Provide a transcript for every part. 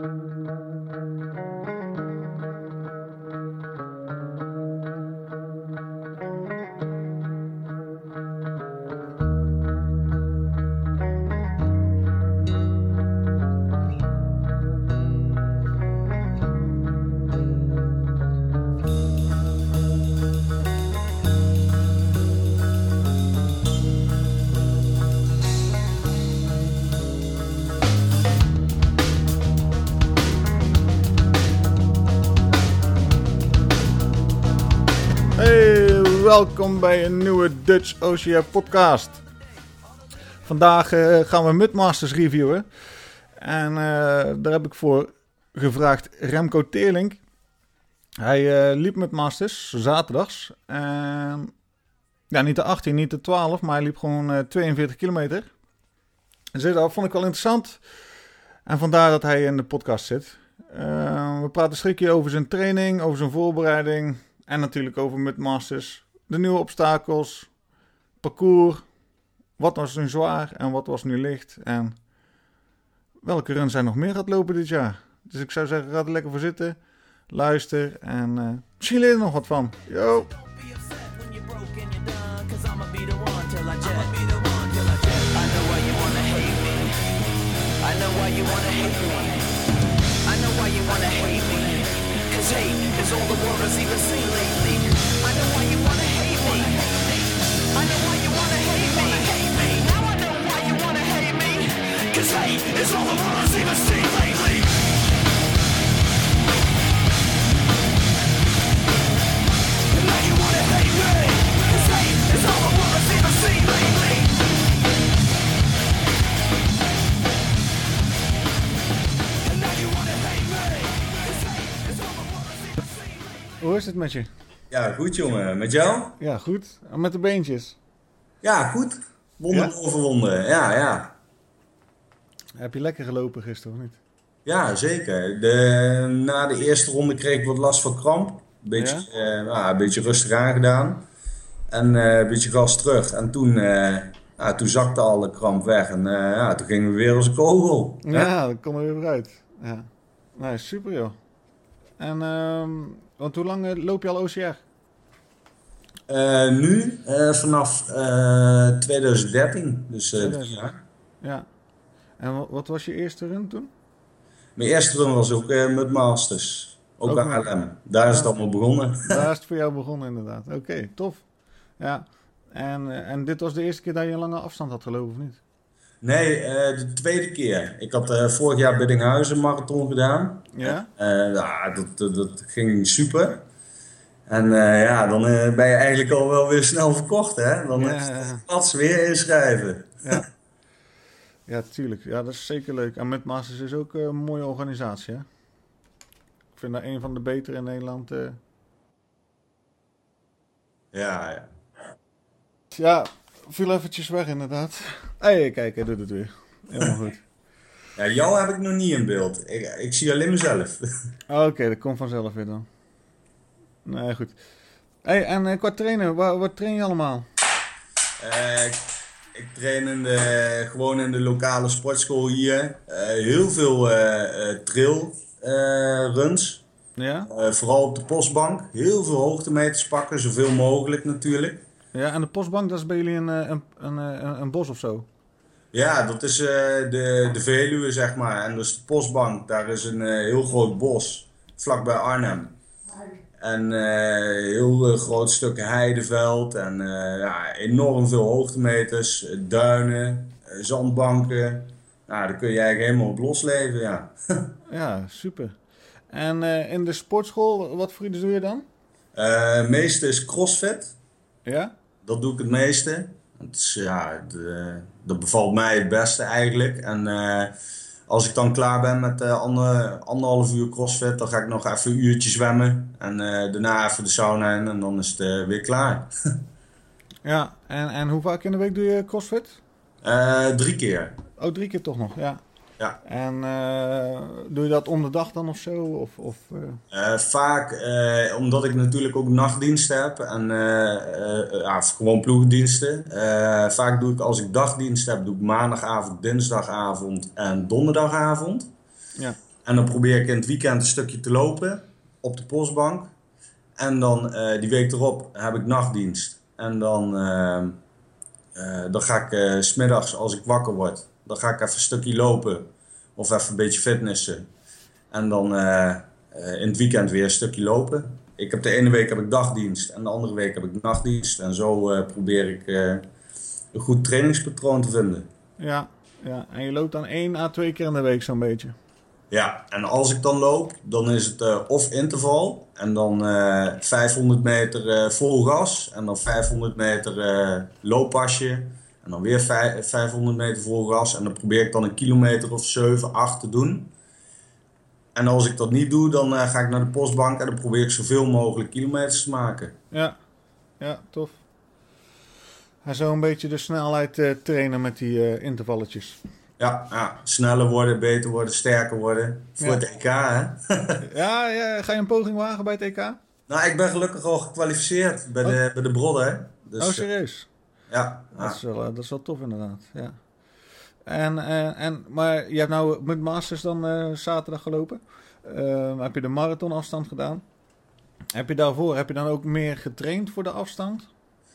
Welkom bij een nieuwe Dutch OCR podcast. Vandaag gaan we Mudmasters reviewen. En daar heb ik voor gevraagd Remco Teerlink. Hij liep Mudmasters, zaterdags. En, ja, niet de 18, niet de 12, maar hij liep gewoon 42 kilometer. Dus dat vond ik wel interessant. En vandaar dat hij in de podcast zit. We praten een stukje over zijn training, over zijn voorbereiding. En natuurlijk over Mudmasters. De nieuwe obstakels, parcours, wat was nu zwaar en wat was nu licht en welke runs zijn nog meer gaat lopen dit jaar. Dus ik zou zeggen, ga er lekker voor zitten, luister en misschien leer je er nog wat van. Yo! It's all the world's even seen lately. And now you wanna hate me. 'Cause hate is all the world's even seen lately. And now you wanna hate me. 'Cause hate is all the world's even seen lately. Hoe is het met je? Ja, goed jongen. Met jou? Ja, goed. En met de beentjes? Ja, goed. Wonder overwonnen. Ja. Heb je lekker gelopen gisteren of niet? Ja, zeker. Na de eerste ronde kreeg ik wat last van kramp. Een beetje rustig aangedaan. En een beetje gas terug. En toen zakte alle kramp weg. En toen gingen we weer als een kogel. Ja, dat kon er weer vooruit. Ja. Nee, super joh. En want hoe lang loop je al OCR? Nu vanaf 2013. Dus 3 jaar. Ja. En wat was je eerste run toen? Mijn eerste run was ook Mudmasters. Ook bij Haarlem. Daar is het allemaal begonnen. Daar is het voor jou begonnen inderdaad. Oké, tof. Ja. En dit was de eerste keer dat je een lange afstand had gelopen of niet? Nee, de tweede keer. Ik had vorig jaar Biddinghuizen een marathon gedaan. Ja? Dat ging super. En dan ben je eigenlijk al wel weer snel verkocht, hè? Dan is het plaats weer inschrijven. Ja. Ja, tuurlijk. Ja, dat is zeker leuk. En Mudmasters is ook een mooie organisatie, hè? Ik vind dat een van de betere in Nederland. Ja. Ja, viel eventjes weg inderdaad. Hé, kijk, hij doet het weer. Helemaal goed. Ja, jou heb ik nog niet in beeld. Ik zie alleen mezelf. Oké, dat komt vanzelf weer dan. Nee, goed. Hé, en qua trainen, wat train je allemaal? Ik train gewoon in de lokale sportschool hier. Heel veel trail runs. Ja? Vooral op de postbank. Heel veel hoogtemeters pakken, zoveel mogelijk natuurlijk. Ja, en de postbank, dat is bij jullie een bos of zo? Ja, dat is de Veluwe, zeg maar. En dus de postbank, daar is een heel groot bos, vlakbij Arnhem. En heel groot stuk heideveld en enorm veel hoogtemeters, duinen, zandbanken. Nou, daar kun je eigenlijk helemaal op losleven, ja. Ja, super. En in de sportschool, wat voor iets doe je dan? Het meeste is CrossFit. Ja? Dat doe ik het meeste. Dat bevalt mij het beste eigenlijk. En als ik dan klaar ben met 1,5 uur CrossFit, dan ga ik nog even een uurtje zwemmen. En daarna even de sauna in en dan is het weer klaar. Ja, en hoe vaak in de week doe je CrossFit? 3 keer. Oh, 3 keer toch nog, ja. Ja. En doe je dat om de dag dan of zo? Vaak, omdat ik natuurlijk ook nachtdienst heb en gewoon ploegdiensten. Vaak doe ik, als ik dagdienst heb, doe ik maandagavond, dinsdagavond en donderdagavond. Ja. En dan probeer ik in het weekend een stukje te lopen op de postbank. En dan die week erop heb ik nachtdienst. En dan ga ik 's middags als ik wakker word, dan ga ik even een stukje lopen. Of even een beetje fitnessen. En dan in het weekend weer een stukje lopen. De ene week heb ik dagdienst en de andere week heb ik nachtdienst. En zo probeer ik een goed trainingspatroon te vinden. Ja, en je loopt dan 1 à 2 keer in de week zo'n beetje. Ja, en als ik dan loop, dan is het of interval. En dan 500 meter vol gas. En dan 500 meter looppasje. En dan weer 500 meter vol gas. En dan probeer ik dan een kilometer of 7, 8 te doen. En als ik dat niet doe, dan ga ik naar de postbank en dan probeer ik zoveel mogelijk kilometers te maken. Ja, tof. En zo een beetje de snelheid trainen met die intervalletjes. Ja, sneller worden, beter worden, sterker worden. Voor het EK, hè? Ja, ga je een poging wagen bij het EK? Nou, ik ben gelukkig al gekwalificeerd bij de Brodden. Dus, serieus? Ja. Dat is wel tof inderdaad, ja. Maar je hebt nou met Masters dan zaterdag gelopen. Heb je de marathonafstand gedaan? Heb je dan ook meer getraind voor de afstand?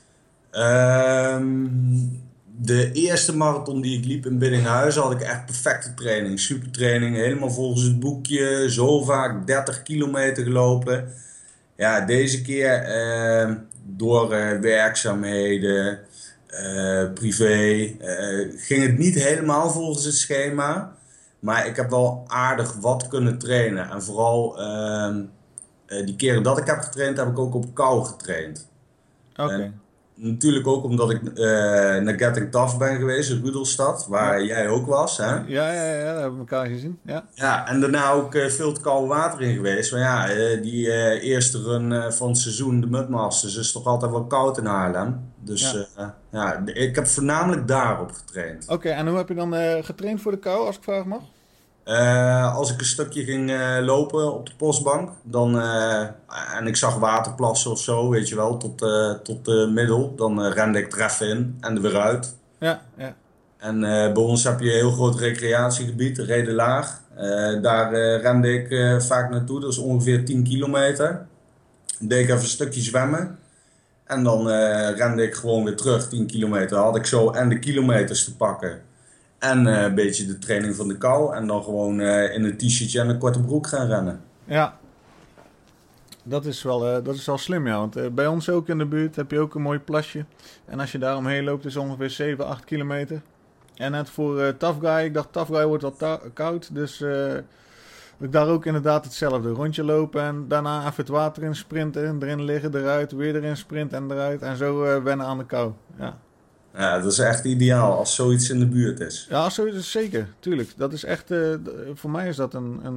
De eerste marathon die ik liep in Biddinghuizen had ik echt perfecte training. Supertraining, helemaal volgens het boekje. Zo vaak 30 kilometer gelopen. Ja, deze keer door werkzaamheden, privé, ging het niet helemaal volgens het schema. Maar ik heb wel aardig wat kunnen trainen. En vooral die keren dat ik heb getraind, heb ik ook op kou getraind. Oké. Natuurlijk ook omdat ik naar Getting Tough ben geweest in Rudolstad, waar jij ook was. Hè? Ja, daar hebben we elkaar gezien. Ja, en daarna ook veel te koud water in geweest. Maar ja, die eerste run van het seizoen, de Mudmasters, is toch altijd wel koud in Haarlem. Dus ik heb voornamelijk daarop getraind. Oké, en hoe heb je dan getraind voor de kou, als ik vragen mag? Als ik een stukje ging lopen op de postbank, en ik zag waterplassen of zo, weet je wel, tot de middel, dan rende ik er even in en er weer uit. Ja. En bij ons heb je een heel groot recreatiegebied, Reden Laag. Daar rende ik vaak naartoe, dat is ongeveer 10 kilometer. Dan deed ik even een stukje zwemmen. En dan rende ik gewoon weer terug, 10 kilometer. Had ik zo en de kilometers te pakken. En een beetje de training van de kou. En dan gewoon in een t-shirtje en een korte broek gaan rennen. Ja. Dat is wel slim, ja. Want bij ons ook in de buurt heb je ook een mooi plasje. En als je daar omheen loopt is het ongeveer 7, 8 kilometer. En net voor Tough Guy. Ik dacht, Tough Guy wordt wel koud. Dus ik daar ook inderdaad hetzelfde. Rondje lopen en daarna even het water in sprinten. Erin liggen, eruit. Weer erin sprinten en eruit. En zo wennen aan de kou. Ja. Ja, dat is echt ideaal als zoiets in de buurt is. Ja, zoiets is zeker. Tuurlijk. Dat is echt... voor mij is dat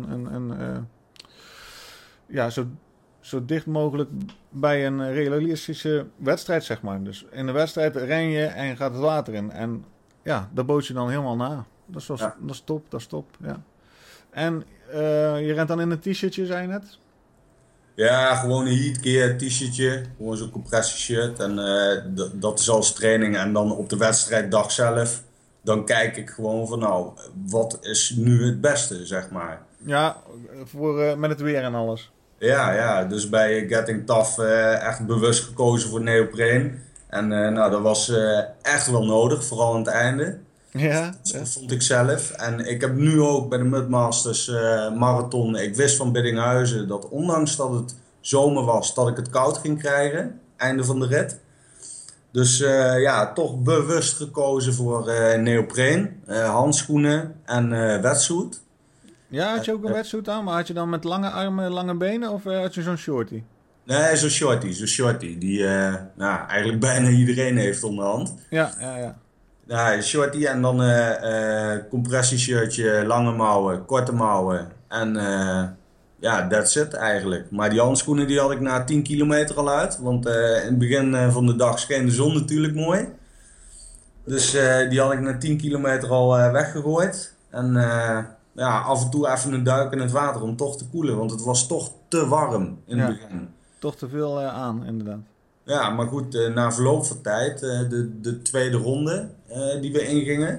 zo dicht mogelijk bij een realistische wedstrijd, zeg maar. Dus in de wedstrijd ren je en gaat het water in. En ja, dat bood je dan helemaal na. Dat is top, ja. En je rent dan in een t-shirtje, zei je net? Ja, gewoon een heatgear t-shirtje. Gewoon zo'n compressieshirt. En dat is als training. En dan op de wedstrijddag zelf, dan kijk ik gewoon van wat is nu het beste, zeg maar. Ja, met het weer en alles. Ja, dus bij Getting Tough echt bewust gekozen voor neopreen. En dat was echt wel nodig, vooral aan het einde. Ja. Dat vond ik zelf. En ik heb nu ook bij de Mudmasters marathon, ik wist van Biddinghuizen dat ondanks dat het zomer was, dat ik het koud ging krijgen. Einde van de rit. Dus toch bewust gekozen voor neopreen, handschoenen en wetsuit. Ja, had je ook een wetsuit aan, maar had je dan met lange armen, lange benen of had je zo'n shorty? Nee, zo'n shorty. Die eigenlijk bijna iedereen heeft onderhand. Ja. Ja, shorty en dan compressieshirtje, lange mouwen, korte mouwen. En that's it eigenlijk. Maar die handschoenen die had ik na 10 kilometer al uit. Want in het begin van de dag scheen de zon natuurlijk mooi. Dus die had ik na 10 kilometer al weggegooid. En af en toe even een duik in het water om toch te koelen. Want het was toch te warm in het begin. Toch te veel aan, inderdaad. Ja, maar goed, na verloop van tijd, de tweede ronde die we ingingen,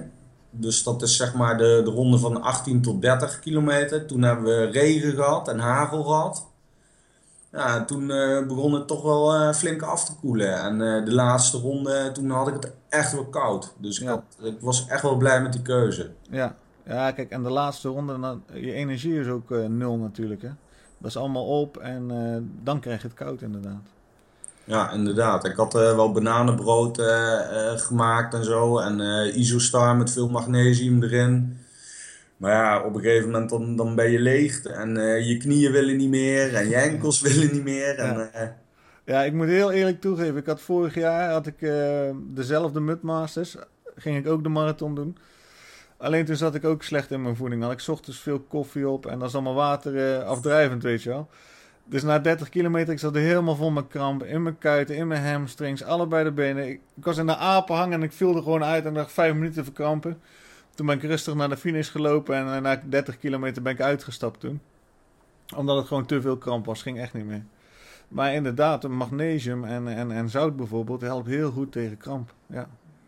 Dus dat is zeg maar de ronde van 18 tot 30 kilometer. Toen hebben we regen gehad en hagel gehad. Ja, toen begon het toch wel flink af te koelen. En de laatste ronde, toen had ik het echt wel koud. Dus ik was echt wel blij met die keuze. Ja. Ja, kijk, en de laatste ronde, je energie is ook 0 natuurlijk, hè. Dat is allemaal op en dan krijg je het koud inderdaad. Ja, inderdaad. Ik had wel bananenbrood gemaakt en zo. En Isostar met veel magnesium erin. Maar ja, op een gegeven moment dan ben je leeg. En je knieën willen niet meer. En je enkels willen niet meer. En, ja, ik moet heel eerlijk toegeven. Ik had vorig jaar dezelfde Mudmasters. Ging ik ook de marathon doen. Alleen toen zat ik ook slecht in mijn voeding. Had ik 's ochtends veel koffie op. En dat is allemaal water afdrijvend, weet je wel. Dus na 30 kilometer, ik zat er helemaal vol met krampen. In mijn kuiten, in mijn hamstrings, allebei de benen. Ik was in de apen hangen en ik viel er gewoon uit en dacht 5 minuten verkrampen. Toen ben ik rustig naar de finish gelopen en na 30 kilometer ben ik uitgestapt toen. Omdat het gewoon te veel kramp was, ging echt niet meer. Maar inderdaad, magnesium en zout bijvoorbeeld helpt heel goed tegen kramp. Ja.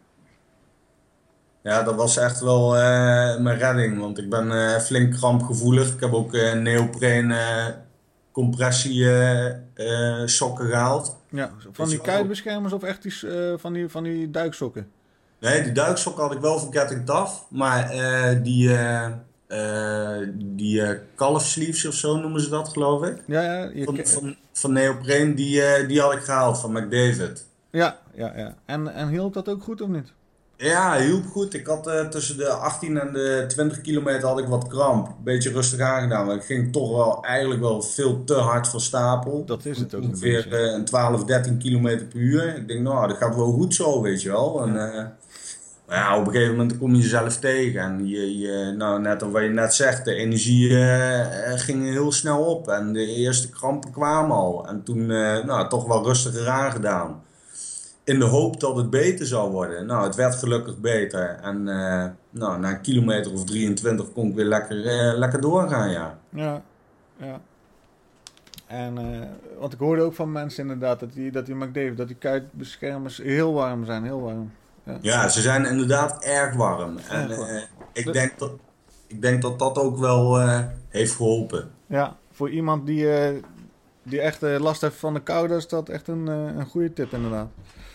Ja, dat was echt wel mijn redding. Want ik ben flink krampgevoelig. Ik heb ook neopreen compressie sokken gehaald. Ja, van die kuitbeschermers of echt van die duiksokken? Nee, die duiksokken had ik wel van Getting Tough. Maar die calf of zo noemen ze dat, geloof ik. Ja, van neopreen, die had ik gehaald van McDavid. Ja. En hielp dat ook goed of niet? Ja, hielp goed. Ik had tussen de 18 en de 20 kilometer had ik wat kramp. Beetje rustig aangedaan, maar ik ging toch wel eigenlijk wel veel te hard van stapel. Dat is het ook ongeveer een 12, 13 kilometer per uur. Ik denk, nou, dat gaat wel goed zo, weet je wel. En, maar ja, op een gegeven moment kom je jezelf tegen. En nou, net wat je net zegt, de energie ging heel snel op. En de eerste krampen kwamen al. En toen nou, toch wel rustiger aangedaan. In de hoop dat het beter zou worden. Nou, het werd gelukkig beter. En nou, na een kilometer of 23 kon ik weer lekker doorgaan, ja. Ja. En, want ik hoorde ook van mensen inderdaad dat die McDavid, dat die kuitbeschermers heel warm zijn, heel warm. Ja, ze zijn inderdaad erg warm. En ik denk dat dat ook wel heeft geholpen. Ja, voor iemand die echt last heeft van de koude is dat echt een goede tip inderdaad.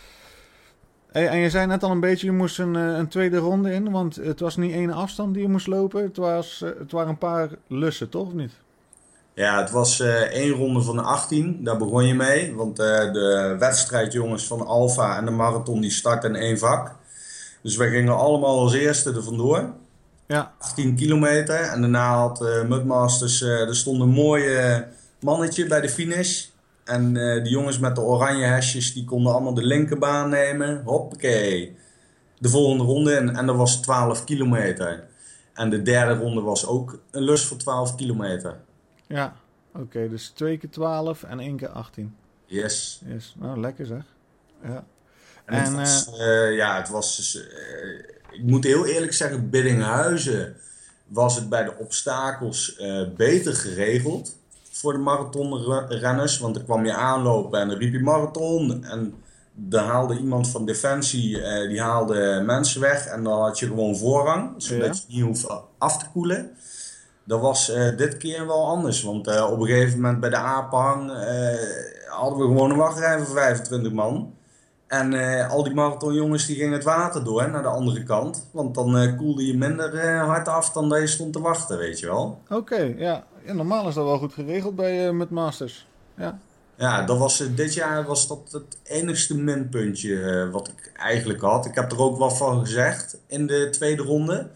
En je zei net al een beetje, je moest een tweede ronde in, want het was niet één afstand die je moest lopen. Het waren een paar lussen, toch of niet? Ja, het was 1 ronde van de 18, daar begon je mee. Want de wedstrijdjongens van Alpha en de marathon die starten in 1 vak. Dus wij gingen allemaal als eerste er vandoor. Ja. 18 kilometer en daarna had Mudmasters, er stond een mooi mannetje bij de finish. En die jongens met de oranje hesjes, die konden allemaal de linkerbaan nemen. Hoppakee. De volgende ronde in. En dat was 12 kilometer. En de derde ronde was ook een lus voor 12 kilometer. Ja, oké. Dus 2 keer 12 en 1 keer 18. Yes. Nou, lekker zeg. Ja. En het was dus, ik moet heel eerlijk zeggen, Biddinghuizen was het bij de obstakels beter geregeld. Voor de marathonrenners, want dan kwam je aanlopen en dan riep je marathon. En dan haalde iemand van Defensie, die haalde mensen weg en dan had je gewoon voorrang. Zodat je niet hoeft af te koelen. Dat was dit keer wel anders, want op een gegeven moment bij de Apenhang hadden we gewoon een wachtrij van 25 man. En al die marathonjongens die gingen het water door naar de andere kant. Want dan koelde je minder hard af dan dat je stond te wachten, weet je wel. Oké, ja. Normaal is dat wel goed geregeld bij Mudmasters. Ja. Ja, dit jaar was dat het enigste minpuntje wat ik eigenlijk had. Ik heb er ook wat van gezegd in de tweede ronde.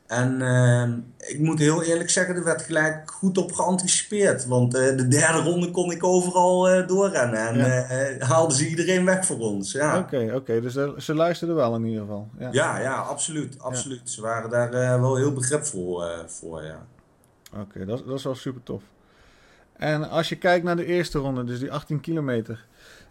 En ik moet heel eerlijk zeggen, er werd gelijk goed op geanticipeerd. Want de derde ronde kon ik overal doorrennen. En haalden ze iedereen weg voor ons. Ja. Oké. Dus ze luisterden wel in ieder geval. Ja, absoluut. Ja. Ze waren daar wel heel begripvol voor, ja. Oké, dat is wel super tof. En als je kijkt naar de eerste ronde, dus die 18 kilometer.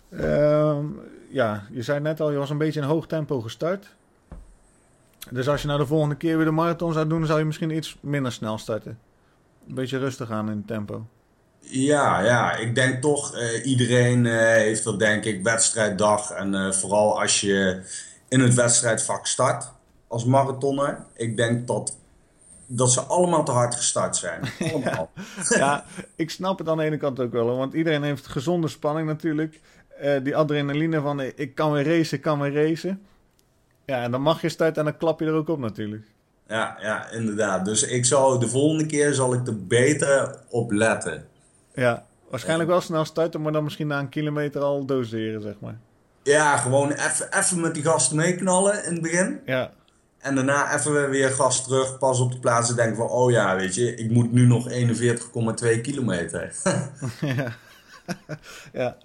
Je zei net al, je was een beetje in hoog tempo gestart. Dus als je nou de volgende keer weer de marathon zou doen, zou je misschien iets minder snel starten. Een beetje rustig aan in het tempo. Ja, ik denk toch, iedereen heeft dat denk ik wedstrijddag. En vooral als je in het wedstrijdvak start als marathoner. Ik denk dat ze allemaal te hard gestart zijn. Allemaal. Ja, ik snap het aan de ene kant ook wel. Hoor, want iedereen heeft gezonde spanning natuurlijk. Die adrenaline van ik kan weer racen. Ja, en dan mag je starten en dan klap je er ook op natuurlijk. Ja, inderdaad. Dus de volgende keer zal ik er beter op letten. Ja, waarschijnlijk wel snel starten, maar dan misschien na een kilometer al doseren, zeg maar. Ja, gewoon even met die gasten meeknallen in het begin. Ja, En daarna even weer gas terug, pas op de plaats en denken van... Oh ja, weet je, ik moet nu nog 41,2 kilometer. ja. Ja.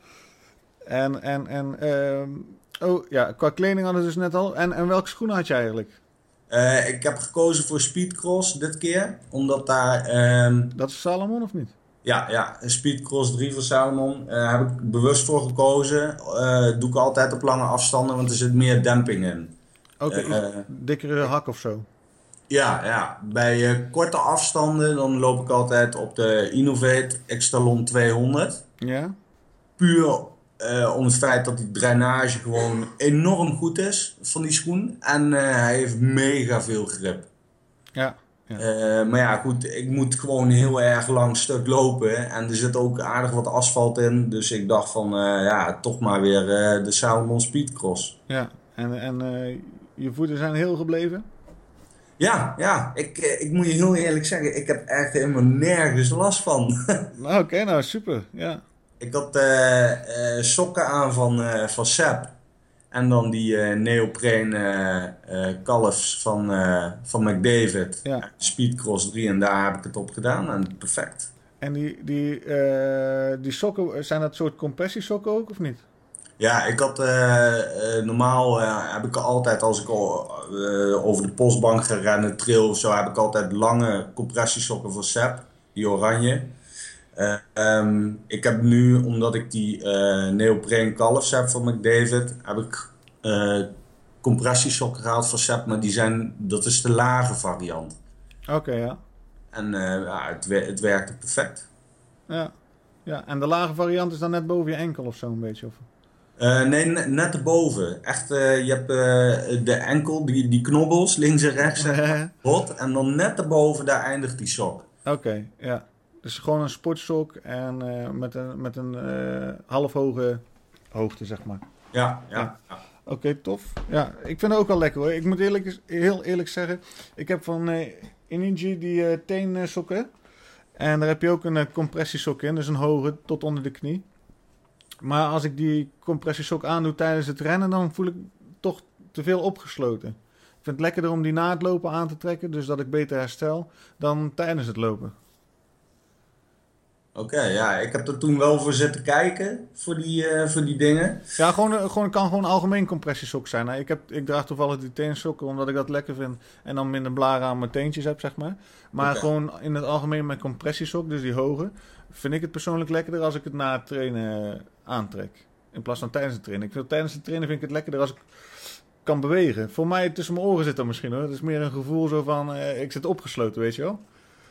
Oh ja, qua kleding hadden we dus net al. En welke schoenen had je eigenlijk? Ik heb gekozen voor Speedcross dit keer. Omdat daar... Dat is Salomon of niet? Ja, een Speedcross 3 van Salomon. Heb ik bewust voor gekozen. Doe ik altijd op lange afstanden, want er zit meer demping in. Oké, dikkere hak of zo. Ja. Bij korte afstanden dan loop ik altijd op de Innovate Extalon 200. Ja? Puur om het feit dat die drainage gewoon enorm goed is van die schoen. En hij heeft mega veel grip. Ja. Maar ja, goed, ik moet gewoon een heel erg lang stuk lopen. En er zit ook aardig wat asfalt in. Dus ik dacht van, toch maar weer de Salomon Speedcross. Ja, en je voeten zijn heel gebleven? Ja, ik moet je heel eerlijk zeggen, ik heb echt helemaal nergens last van. Oké, nou super, ja. Ik had sokken aan van Sepp. En dan die neoprene kalfs van McDavid. Ja. Speedcross 3 en daar heb ik het op gedaan en perfect. En die sokken, zijn dat soort compressiesokken ook of niet? Ja, ik had normaal heb ik altijd als ik over de postbank ga rennen, trail of zo, heb ik altijd lange compressiesokken van Sepp, die oranje. Ik heb nu, omdat ik die neoprene kalfs heb van McDavid, heb ik compressiesokken gehaald van Sepp, maar dat is de lage variant. Oké, ja. En het werkte perfect. Ja. En de lage variant is dan net boven je enkel of zo een beetje? Of? Nee, net erboven. Echt, je hebt de enkel, die knobbels, links en rechts, hot. En dan net erboven, daar eindigt die sok. Oké, ja. Dus gewoon een sportsok en met een halfhoge hoogte, zeg maar. Ja. Oké, tof. Ja, ik vind het ook wel lekker hoor. Ik moet heel eerlijk zeggen, ik heb van Inigi die teensokken. En daar heb je ook een compressiesok in, dus een hoge tot onder de knie. Maar als ik die compressiesok aandoe tijdens het rennen, dan voel ik toch te veel opgesloten. Ik vind het lekkerder om die na het lopen aan te trekken, dus dat ik beter herstel, dan tijdens het lopen. Oké, ja, ik heb er toen wel voor zitten kijken, voor die dingen. Ja, kan gewoon algemeen compressiesok zijn. Hè. Ik draag toevallig die teensokken omdat ik dat lekker vind en dan minder blaren aan mijn teentjes heb, zeg maar. Maar gewoon in het algemeen met compressiesok, dus die hoge, vind ik het persoonlijk lekkerder als ik het na het trainen aantrek. In plaats van tijdens het trainen. Tijdens het trainen vind ik het lekkerder als ik kan bewegen. Voor mij tussen mijn oren zit dat misschien hoor. Het is meer een gevoel zo van, ik zit opgesloten, weet je wel.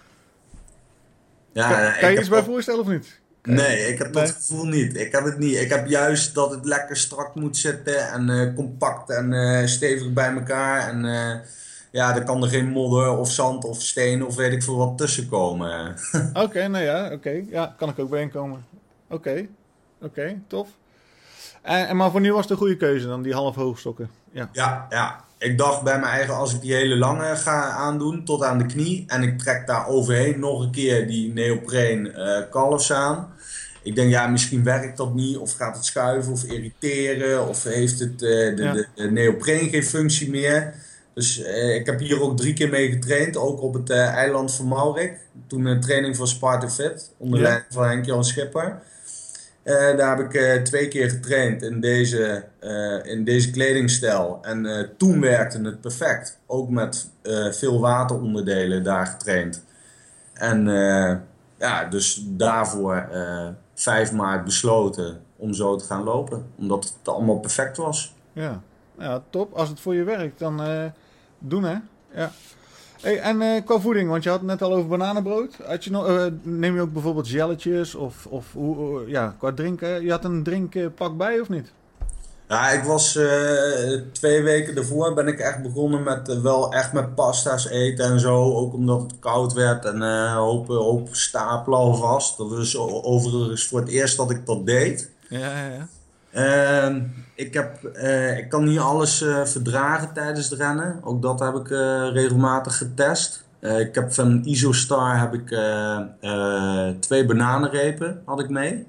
Ja, kan je iets bij voorstellen of niet? Nee, ik heb dat gevoel niet. Ik heb het niet. Ik heb juist dat het lekker strak moet zitten en compact en stevig bij elkaar. En er kan er geen modder of zand of steen of weet ik veel wat tussen komen. Oké. Ja, kan ik ook bijeenkomen. Oké, tof. Maar voor nu was het een goede keuze dan, die halfhoogstokken. Ja. Ja. Ik dacht bij mijn eigen, als ik die hele lange ga aandoen, tot aan de knie. En ik trek daar overheen nog een keer die neoprene kalfs aan. Ik denk, misschien werkt dat niet. Of gaat het schuiven of irriteren. Of heeft het de neoprene geen functie meer. Dus ik heb hier ook 3 keer mee getraind. Ook op het eiland van Maurik. Toen een training van Sparta Fit. Onder leiding van Henk-Jan Schipper. Daar heb ik 2 keer getraind in deze kledingstijl. En toen werkte het perfect. Ook met veel wateronderdelen daar getraind. En dus daarvoor 5 maart besloten om zo te gaan lopen. Omdat het allemaal perfect was. Ja, top. Als het voor je werkt, dan doen hè. Ja. Hey, en qua voeding, want je had het net al over bananenbrood. Neem je ook bijvoorbeeld jelletjes of qua drinken? Je had een drinkpak bij of niet? Ja, ik was 2 weken daarvoor ben ik echt begonnen met wel echt met pasta's eten en zo. Ook omdat het koud werd en hoop stapelen alvast. Dat was overigens voor het eerst dat ik dat deed. Ja. Ik kan niet alles verdragen tijdens het rennen. Ook dat heb ik regelmatig getest. Ik heb van Isostar heb ik 2 bananenrepen had ik mee.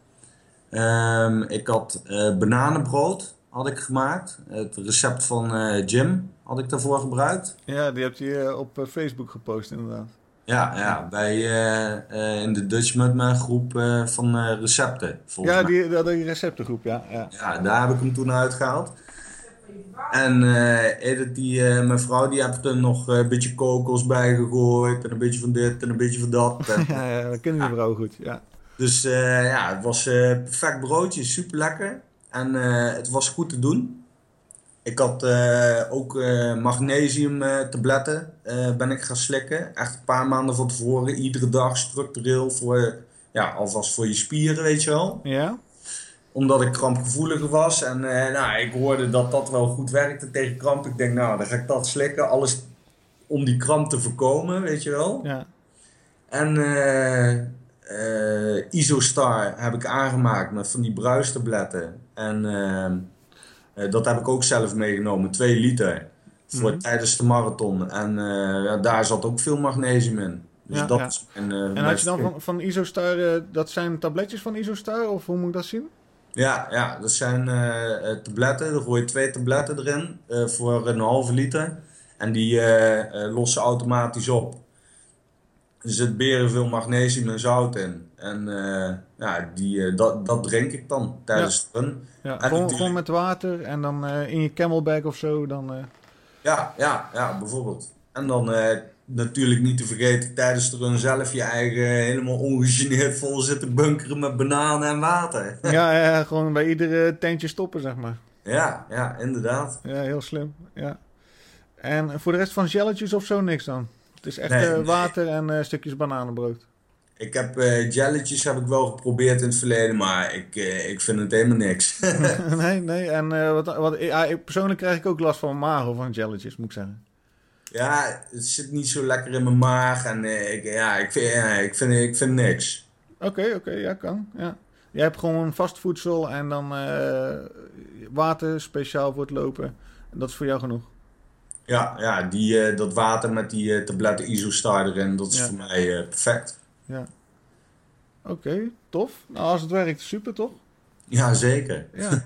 Ik had bananenbrood had ik gemaakt. Het recept van Jim had ik daarvoor gebruikt. Ja, die hebt je op Facebook gepost inderdaad. Ja, in de Dutch Mudman groep van recepten, volgens mij. Die receptengroep, ja. Ja, daar heb ik hem toen uitgehaald. En mijn vrouw die heeft er nog een beetje kokos bij gegooid. En een beetje van dit en een beetje van dat. Ja, dat kennen die vrouw goed, ja. Dus het was perfect broodje, super lekker. En het was goed te doen. Ik had ook magnesiumtabletten ben ik gaan slikken. Echt een paar maanden van tevoren, iedere dag structureel alvast voor je spieren, weet je wel. Ja? Omdat ik krampgevoeliger was. En ik hoorde dat dat wel goed werkte tegen kramp. Ik denk, nou, dan ga ik dat slikken. Alles om die kramp te voorkomen, weet je wel. Ja. En Isostar heb ik aangemaakt met van die bruistabletten. En dat heb ik ook zelf meegenomen, 2 liter. Voor tijdens de marathon. En daar zat ook veel magnesium in. Dus Ja, dat ja. is En had je dan van Isostar, dat zijn tabletjes van Isostar? Of hoe moet ik dat zien? Ja, dat zijn tabletten. Dan gooi je 2 tabletten erin voor een halve liter. En die lossen automatisch op. Er zit berenveel magnesium en zout in. En dat drink ik dan tijdens het run. Ja, En gewoon met water en dan in je camelback of zo. Dan, Ja, bijvoorbeeld. En dan natuurlijk niet te vergeten tijdens de run zelf je eigen helemaal ongegeneerd vol zitten bunkeren met bananen en water. ja, gewoon bij iedere tentje stoppen, zeg maar. Ja, inderdaad. Ja, heel slim. Ja. En voor de rest van jelletjes of zo niks dan? Het is echt Nee. water en stukjes bananenbrood. Ik heb jelletjes heb ik wel geprobeerd in het verleden, maar ik vind het helemaal niks. Nee. En persoonlijk krijg ik ook last van mijn maag of van jelletjes, moet ik zeggen. Ja, het zit niet zo lekker in mijn maag en ik vind niks. Oké, ja, kan. Ja. Jij hebt gewoon vast voedsel en dan water speciaal voor het lopen. Dat is voor jou genoeg. Ja, dat water met die tabletten Isostar erin, dat is voor mij perfect. Ja. Oké, tof. Nou, als het werkt, super toch? Ja, zeker. Ja.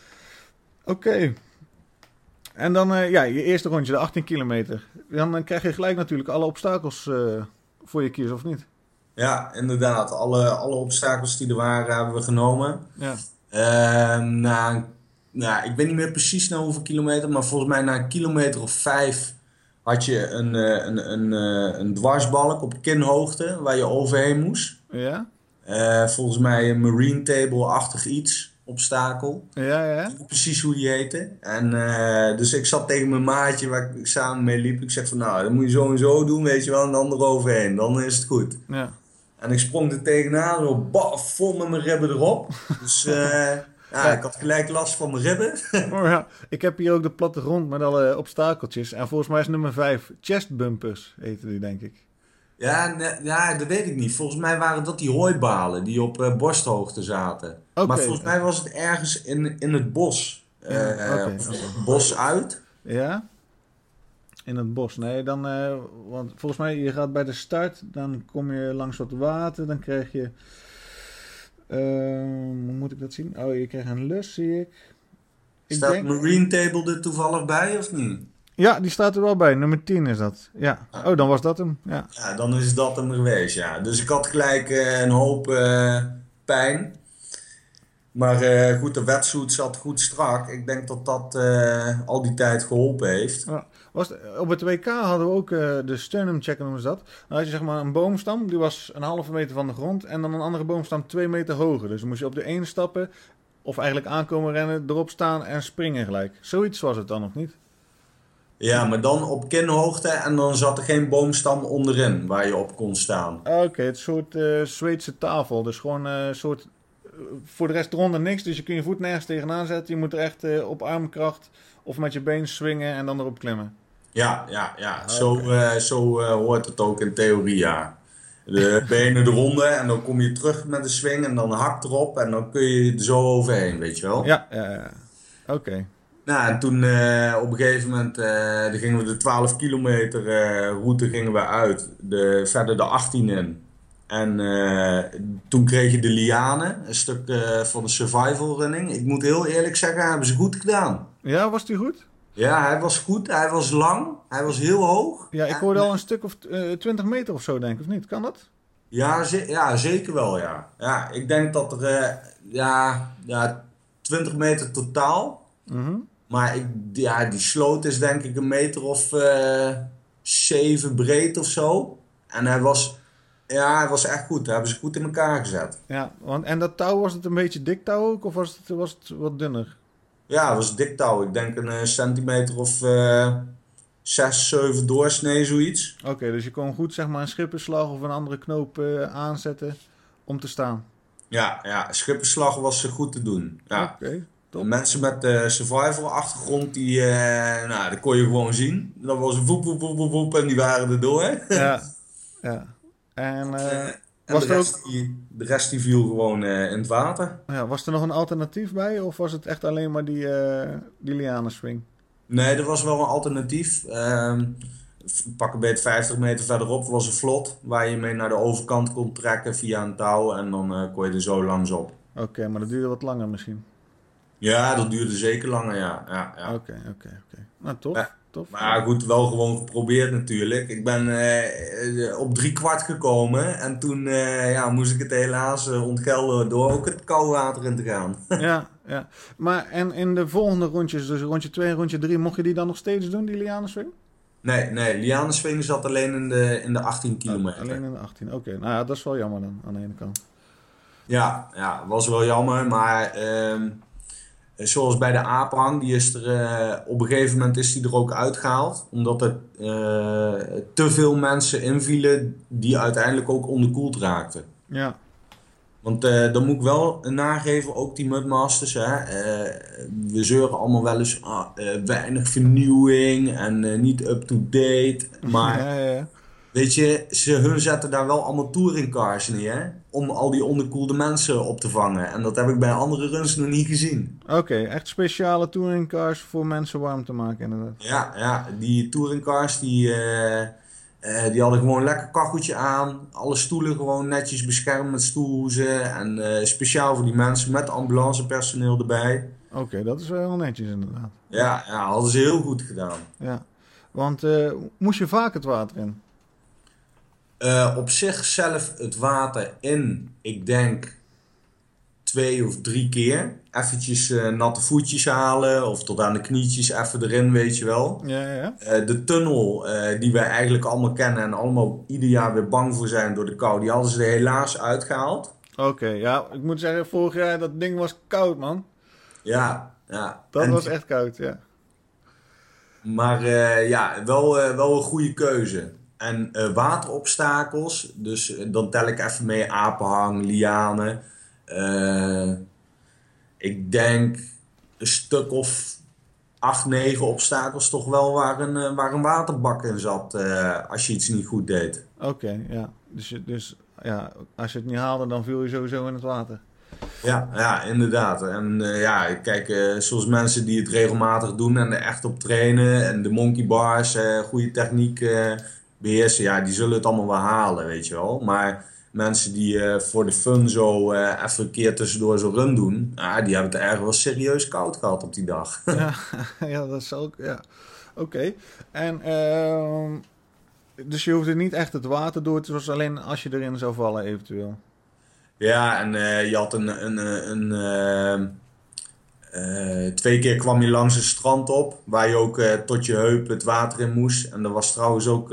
Oké. En dan, je eerste rondje, de 18 kilometer. Dan krijg je gelijk natuurlijk alle obstakels voor je kiezen, of niet? Ja, inderdaad. Alle obstakels die er waren, hebben we genomen. Ja. Ik weet niet meer precies na hoeveel kilometer, maar volgens mij na een kilometer of 5 had je een dwarsbalk op kinhoogte waar je overheen moest. Ja? Volgens mij een marine table-achtig iets, obstakel. Ja. Ik weet niet precies hoe die heette. En dus ik zat tegen mijn maatje waar ik samen mee liep. Ik zeg van nou, dat moet je zo en zo doen, weet je wel, en dan eroverheen. Dan is het goed. Ja. En ik sprong er tegenaan, zo baf, vol met mijn ribben erop. Dus ik had gelijk last van mijn ribben. Oh, ja. Ik heb hier ook de plattegrond met alle obstakeltjes. En volgens mij is nummer 5 chest bumpers, heten die, denk ik. Ja, dat weet ik niet. Volgens mij waren dat die hooibalen die op borsthoogte zaten. Oké. Maar volgens mij was het ergens in het bos. Bos uit. Ja? In het bos. Nee, dan... want volgens mij, je gaat bij de start, dan kom je langs wat water, dan krijg je... hoe moet ik dat zien? Oh, je krijgt een lus, zie ik. Staat Marine Table er toevallig bij of niet? Ja, die staat er wel bij. Nummer 10 is dat. Ja. Oh, dan was dat hem. Ja. Ja, dan is dat hem geweest, ja. Dus ik had gelijk een hoop pijn. Maar goed, de wetsuit zat goed strak. Ik denk dat dat al die tijd geholpen heeft. Ja. Op het WK hadden we ook de sternum check, noemen ze dat. Dan had je zeg maar een boomstam, die was een halve meter van de grond. En dan een andere boomstam 2 meter hoger. Dus dan moest je op de ene stappen, of eigenlijk aankomen rennen, erop staan en springen gelijk. Zoiets was het dan nog niet? Ja, maar dan op kinhoogte en dan zat er geen boomstam onderin waar je op kon staan. Oké, het soort Zweedse tafel. Dus gewoon een soort voor de rest eronder niks. Dus je kunt je voet nergens tegenaan zetten. Je moet er echt op armkracht of met je been swingen en dan erop klimmen. Ja. Zo hoort het ook in theorie, ja. De benen eronder en dan kom je terug met de swing en dan hak erop en dan kun je er zo overheen, weet je wel. Ja. Oké. Nou, en toen op een gegeven moment dan gingen we de 12 kilometer route gingen we uit, verder de 18 in. En toen kreeg je de lianen, een stuk van de survival running. Ik moet heel eerlijk zeggen, hebben ze goed gedaan. Ja, was die goed? Ja, hij was goed, hij was lang, hij was heel hoog. Ja, ik hoorde al een stuk of 20 meter of zo, denk ik, of niet? Kan dat? Ja, zeker wel, ja. Ja, ik denk dat er 20 meter totaal. Mhm. Maar die sloot is denk ik een meter of 7 breed of zo. En hij was echt goed. Daar hebben ze goed in elkaar gezet. Ja, en dat touw, was het een beetje dik touw ook, of was het wat dunner? Ja, het was dik touw. Ik denk een centimeter of 6, 7 doorsnee, zoiets. Oké, dus je kon goed zeg maar een schipperslag of een andere knoop aanzetten om te staan. Ja, schipperslag was goed te doen. Ja. Oké, top. Mensen met survival achtergrond, dat kon je gewoon zien. Dat was woep, woep, woep, woep, woep en die waren er door. Ja. En was de rest die viel gewoon in het water. was er nog een alternatief bij, of was het echt alleen maar die lianenswing? Nee, er was wel een alternatief. Pak een beetje 50 meter verderop was een vlot waar je mee naar de overkant kon trekken via een touw en dan kon je er zo langs op. Oké, maar dat duurde wat langer misschien. Ja, dat duurde zeker langer, ja. Oké. Nou, tof. Ja. Tof. Maar goed, wel gewoon geprobeerd natuurlijk. Ik ben op 3/4 gekomen en toen moest ik het helaas ontgelden door ook het koude water in te gaan. Ja. Maar en in de volgende rondjes, dus rondje 2 en rondje 3, mocht je die dan nog steeds doen, die lianenswing? Nee, lianenswing zat alleen in de 18 kilometer. Alleen in de 18, oké. Nou ja, dat is wel jammer dan, aan de ene kant. Ja, was wel jammer, maar zoals bij de apenhang, die is er op een gegeven moment is die er ook uitgehaald. Omdat er te veel mensen invielen die uiteindelijk ook onderkoeld raakten. Ja. Want dan moet ik wel nageven, ook die Mudmasters, we zeuren allemaal wel eens weinig vernieuwing en niet up-to-date. Maar Ja. weet je, hun zetten daar wel allemaal touringcars neer om al die onderkoelde mensen op te vangen. En dat heb ik bij andere runs nog niet gezien. Oké, echt speciale touringcars voor mensen warm te maken inderdaad. Ja, die touringcars die hadden gewoon een lekker kacheltje aan. Alle stoelen gewoon netjes beschermd met stoelhoezen. En speciaal voor die mensen met ambulancepersoneel erbij. Oké, dat is wel heel netjes inderdaad. Ja, hadden ze heel goed gedaan. Ja, want moest je vaak het water in? Op zichzelf het water in, ik denk 2 of 3 keer. Eventjes natte voetjes halen of tot aan de knietjes even erin, weet je wel. Ja. De tunnel die wij eigenlijk allemaal kennen en allemaal ieder jaar weer bang voor zijn door de kou, die hadden ze er helaas uitgehaald. Oké, ja, ik moet zeggen, vorig jaar dat ding was koud, man. Ja. Dat En was echt koud, ja. Maar wel een goede keuze. En waterobstakels, dus dan tel ik even mee apenhang, lianen. Ik denk een stuk of 8, 9 obstakels toch wel waar een waterbak in zat als je iets niet goed deed. Oké, ja. Dus als je het niet haalde, dan viel je sowieso in het water. Ja, inderdaad. En kijk, zoals mensen die het regelmatig doen en er echt op trainen en de monkey bars, goede techniek beheersen, die zullen het allemaal wel halen, weet je wel. Maar mensen die voor de fun zo even een keer tussendoor zo'n run doen, die hebben het erg wel serieus koud gehad op die dag. Ja, dat is ook, ja. Oké. En, dus je hoefde niet echt het water door, het was alleen als je erin zou vallen eventueel. Ja, en je had 2 keer kwam je langs een strand op, waar je ook tot je heup het water in moest. En er was trouwens ook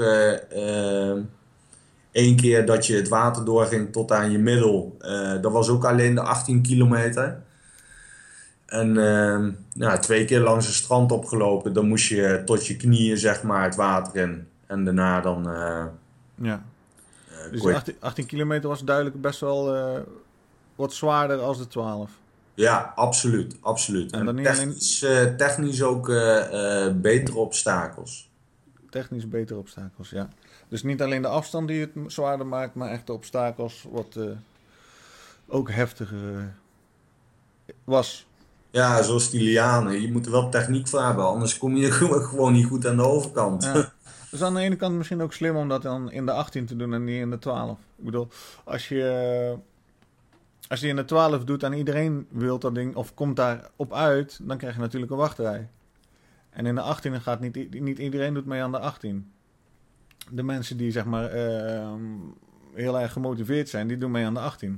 1 keer dat je het water doorging tot aan je middel. Dat was ook alleen de 18 kilometer. En 2 keer langs een strand opgelopen, dan moest je tot je knieën zeg maar het water in. En daarna dan... Ja. Dus 18 kilometer was duidelijk best wel wat zwaarder als de 12. Ja, absoluut. Absoluut. En En dan niet technisch ook betere obstakels. Technisch betere obstakels, ja. Dus niet alleen de afstand die het zwaarder maakt, maar echt de obstakels wat ook heftiger was. Ja, zoals die lianen. Je moet er wel techniek voor hebben, anders kom je gewoon niet goed aan de overkant. Ja. Dus aan de ene kant misschien ook slim om dat dan in de 18 te doen en niet in de 12. Ik bedoel, als je in de 12 doet en iedereen wil dat ding of komt daarop uit, dan krijg je natuurlijk een wachtrij. En in de 18 gaat niet iedereen doet mee aan de 18. De mensen die zeg maar heel erg gemotiveerd zijn, die doen mee aan de 18.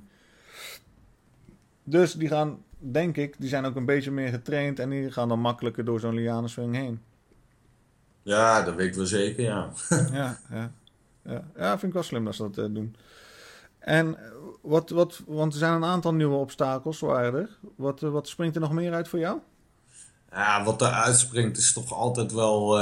Dus die gaan, denk ik, die zijn ook een beetje meer getraind en die gaan dan makkelijker door zo'n lianenswing heen. Ja, dat weet ik wel zeker, ja. Ja, vind ik wel slim dat ze dat doen. En want er zijn een aantal nieuwe obstakels, waren er. Wat springt er nog meer uit voor jou? Ja, wat er uitspringt is toch altijd wel...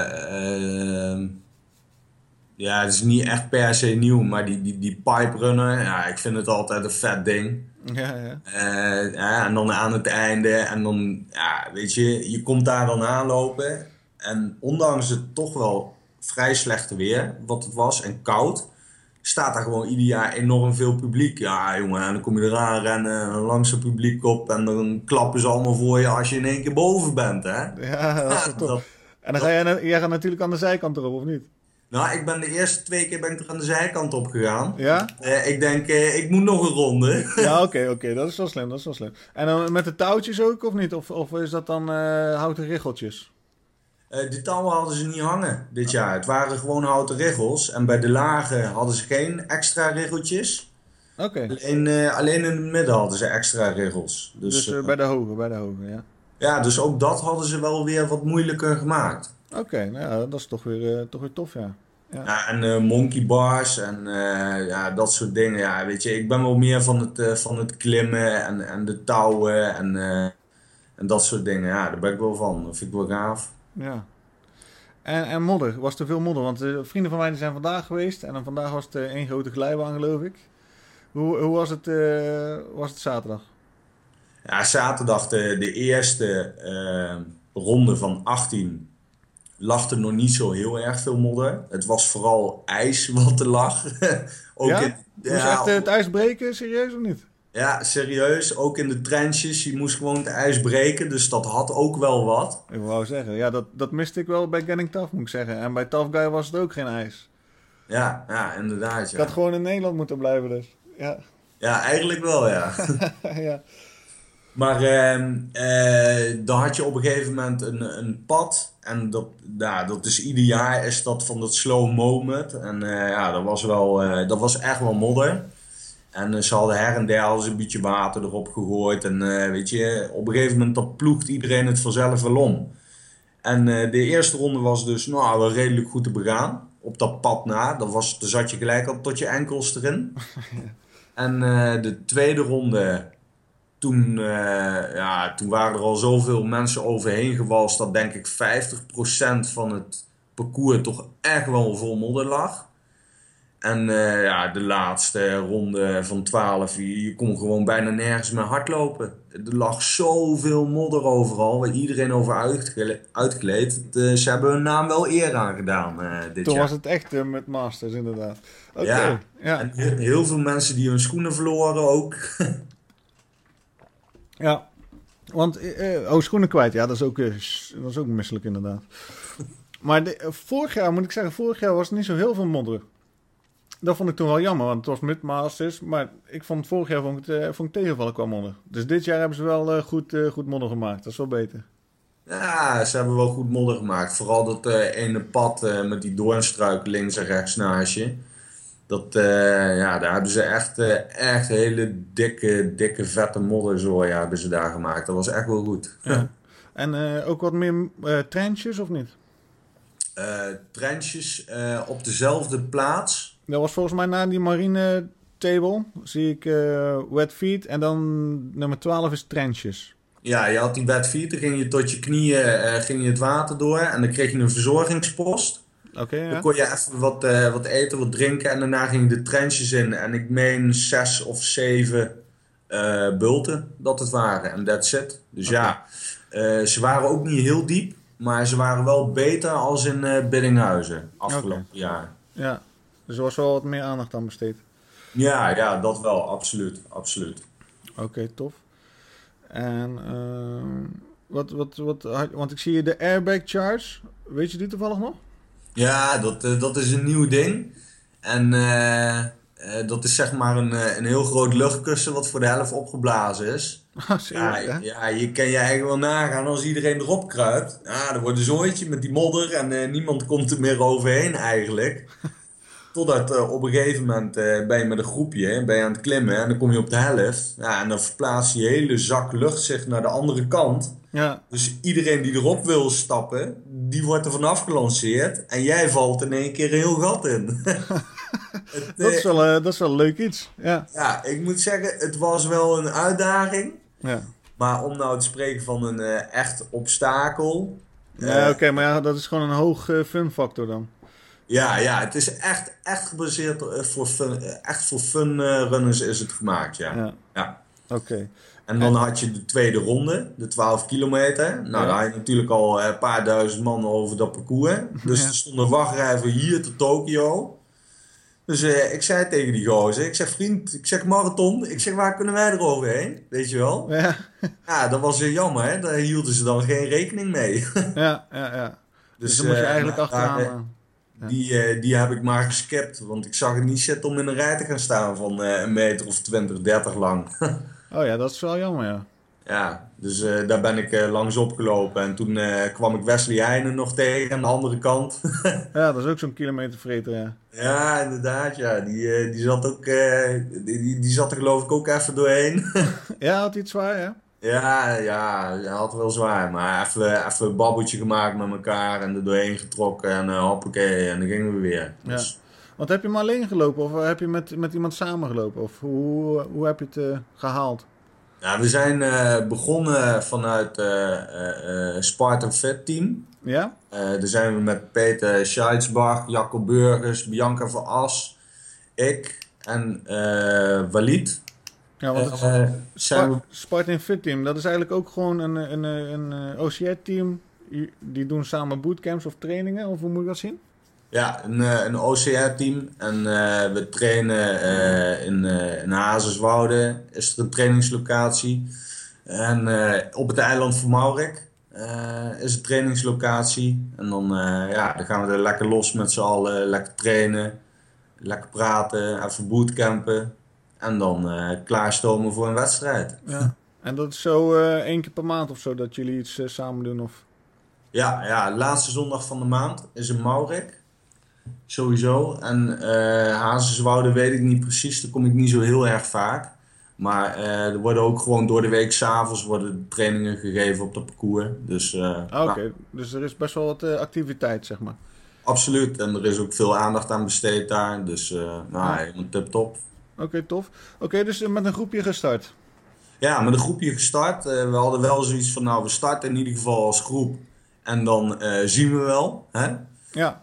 ja, het is niet echt per se nieuw, maar die pipe runner, ja, ik vind het altijd een vet ding. Ja. Ja, en dan aan het einde, en dan, ja, weet je komt daar dan aanlopen. En ondanks het toch wel vrij slechte weer, wat het was, en koud, staat daar gewoon ieder jaar enorm veel publiek. Ja, jongen, en dan kom je eraan rennen, langs het publiek op, en dan klappen ze allemaal voor je als je in één keer boven bent, hè? Ja, dat is wel tof. En dan jij gaat natuurlijk aan de zijkant erop, of niet? Nou, ik ben de eerste 2 keer er aan de zijkant op gegaan. Ja? Ik denk, ik moet nog een ronde. Ja, oké, dat is wel slim, En dan met de touwtjes ook, of niet? Of is dat dan houten richeltjes? Die touwen hadden ze niet hangen dit jaar. Het waren gewoon houten richels. En bij de lage hadden ze geen extra richeltjes. Oké. Alleen in het midden hadden ze extra richels. Dus bij de hoge, ja. Ja, dus ook dat hadden ze wel weer wat moeilijker gemaakt. Oké, nou ja, dat is toch weer tof, ja. Ja, en monkey bars en ja, dat soort dingen. Ja, weet je, ik ben wel meer van het klimmen en de touwen en dat soort dingen. Ja, daar ben ik wel van. Dat vind ik wel gaaf. Ja. En modder, was er veel modder? Want vrienden van mij die zijn vandaag geweest en dan vandaag was het één grote glijbaan, geloof ik. Hoe was het zaterdag? Ja, zaterdag de eerste ronde van 18 lag er nog niet zo heel erg veel modder. Het was vooral ijs wat er lag. Ook ja? Moest je echt het ijs breken, serieus of niet? Ja, serieus. Ook in de trenches. Je moest gewoon het ijs breken. Dus dat had ook wel wat. Ik wou zeggen, ja, dat miste ik wel bij Getting Tough, moet ik zeggen. En bij Tough Guy was het ook geen ijs. Ja, inderdaad. Ja. Ik had gewoon in Nederland moeten blijven dus. Ja, ja eigenlijk wel, ja. ja. Maar dan had je op een gegeven moment een pad. En dat is ieder jaar is dat van dat slow moment. En ja, dat was echt wel modder. En ze hadden her en der een beetje water erop gegooid. En weet je, op een gegeven moment dan ploegt iedereen het vanzelf wel om. En de eerste ronde was dus wel redelijk goed te begaan. Op dat pad na. Daar zat je gelijk al tot je enkels erin. En de tweede ronde... Toen waren er al zoveel mensen overheen gewalst dat denk ik 50% van het parcours toch echt wel vol modder lag. En de laatste ronde van 12, je kon gewoon bijna nergens meer hardlopen. Er lag zoveel modder overal, waar iedereen over uitgleed. Ze hebben hun naam wel eer aangedaan dit jaar. Toen was het echt met Masters inderdaad. Okay. Ja, en heel veel mensen die hun schoenen verloren ook. Ja, want schoenen kwijt, ja, dat is ook misselijk inderdaad. Maar vorig jaar was het niet zo heel veel modder. Dat vond ik toen wel jammer, want het was mid-masters. Maar ik vond vorig jaar vond ik tegenvallen qua modder. Dus dit jaar hebben ze wel goed modder gemaakt, dat is wel beter. Ja, ze hebben wel goed modder gemaakt. Vooral dat ene pad met die doornstruik links en rechts naast je. Daar hebben ze echt hele dikke vette modderzooi hebben ze daar gemaakt. Dat was echt wel goed. Ja. En ook wat meer trenches of niet? Trenches op dezelfde plaats. Dat was volgens mij na die marine table. Zie ik wet feet en dan nummer 12 is trenches. Ja, je had die wet feet, dan ging je tot je knieën ging je het water door en dan kreeg je een verzorgingspost. Okay, ja. Dan kon je even wat eten, wat drinken en daarna ging je de trenches in. En ik meen 6 of 7 bulten dat het waren. En that's it. Dus ze waren ook niet heel diep. Maar ze waren wel beter als in Biddinghuizen afgelopen jaar. Ja, dus er was wel wat meer aandacht aan besteed. Ja, dat wel. Absoluut. Oké, tof. En want ik zie hier de airbag charge. Weet je die toevallig nog? Ja, dat is een nieuw ding. En dat is zeg maar een heel groot luchtkussen wat voor de helft opgeblazen is. Serieus, hè? Ja, je kan je eigenlijk wel nagaan als iedereen erop kruipt. Ja, dan wordt een zooitje met die modder en niemand komt er meer overheen eigenlijk. Totdat op een gegeven moment ben je met een groepje ben je aan het klimmen en dan kom je op de helft. Ja, en dan verplaatst je hele zak lucht zich naar de andere kant. Ja. Dus iedereen die erop wil stappen, die wordt er vanaf gelanceerd. En jij valt in één keer een heel gat in. Dat is wel leuk iets. Ja. Ja, ik moet zeggen, het was wel een uitdaging. Ja. Maar om nou te spreken van een echt obstakel. Ja, oké, maar ja, dat is gewoon een hoog fun factor dan. Ja, het is echt gebaseerd voor fun. Echt voor fun runners is het gemaakt, ja. Oké. En dan had je de tweede ronde, de 12 kilometer. Nou, daar had je natuurlijk al een paar duizend man over dat parcours. Dus er stond een wachtrij van hier tot Tokio. Dus ik zei tegen die gozer, ik zeg vriend, ik zeg marathon, ik zeg waar kunnen wij er overheen? Weet je wel? Ja. Ja, dat was jammer, hè? Daar hielden ze dan geen rekening mee. Ja. Dus dan moet je eigenlijk achteraan. Die heb ik maar geskipt, want ik zag het niet zitten om in een rij te gaan staan van een meter of 20, 30 lang. Oh ja, dat is wel jammer, ja. Ja, dus daar ben ik langs opgelopen en toen kwam ik Wesley Heijnen nog tegen aan de andere kant. Ja, dat is ook zo'n kilometervreter, ja. Ja, inderdaad, ja. Die zat ook, die zat er geloof ik ook even doorheen. Ja, had hij het zwaar, ja? Ja, hij had wel zwaar, maar even een babbeltje gemaakt met elkaar en er doorheen getrokken en hoppakee, en dan gingen we weer. Ja. Dus, Want heb je maar alleen gelopen of heb je met iemand samen gelopen? Of hoe heb je het gehaald? ja, we zijn begonnen vanuit Spartan Fit Team. Ja? Daar zijn we met Peter Scheidsbach, Jacco Burgers, Bianca van As, ik en Walid. Ja, want zijn we... Spartan Fit Team, dat is eigenlijk ook gewoon een OCR-team. Die doen samen bootcamps of trainingen, of hoe moet ik dat zien? Ja, een OCR-team. En we trainen in Hazerswoude, is er een trainingslocatie. En op het eiland van Maurik is een trainingslocatie. En dan gaan we er lekker los met z'n allen, lekker trainen, lekker praten, even bootcampen. En dan klaarstomen voor een wedstrijd. Ja. En dat is zo 1 keer per maand of zo dat jullie iets samen doen? Of? Ja, laatste zondag van de maand is in Maurik. Sowieso. En Hazerswoude weet ik niet precies, daar kom ik niet zo heel erg vaak. Maar er worden ook gewoon door de week 's avonds worden trainingen gegeven op dat parcours. Dus, Oké. Dus er is best wel wat activiteit, zeg maar. Absoluut. En er is ook veel aandacht aan besteed daar. Dus helemaal tip-top. Oké, tof. Oké, dus met een groepje gestart. Ja, met een groepje gestart. We hadden wel zoiets van, we starten in ieder geval als groep. En dan zien we wel. Hè? Ja.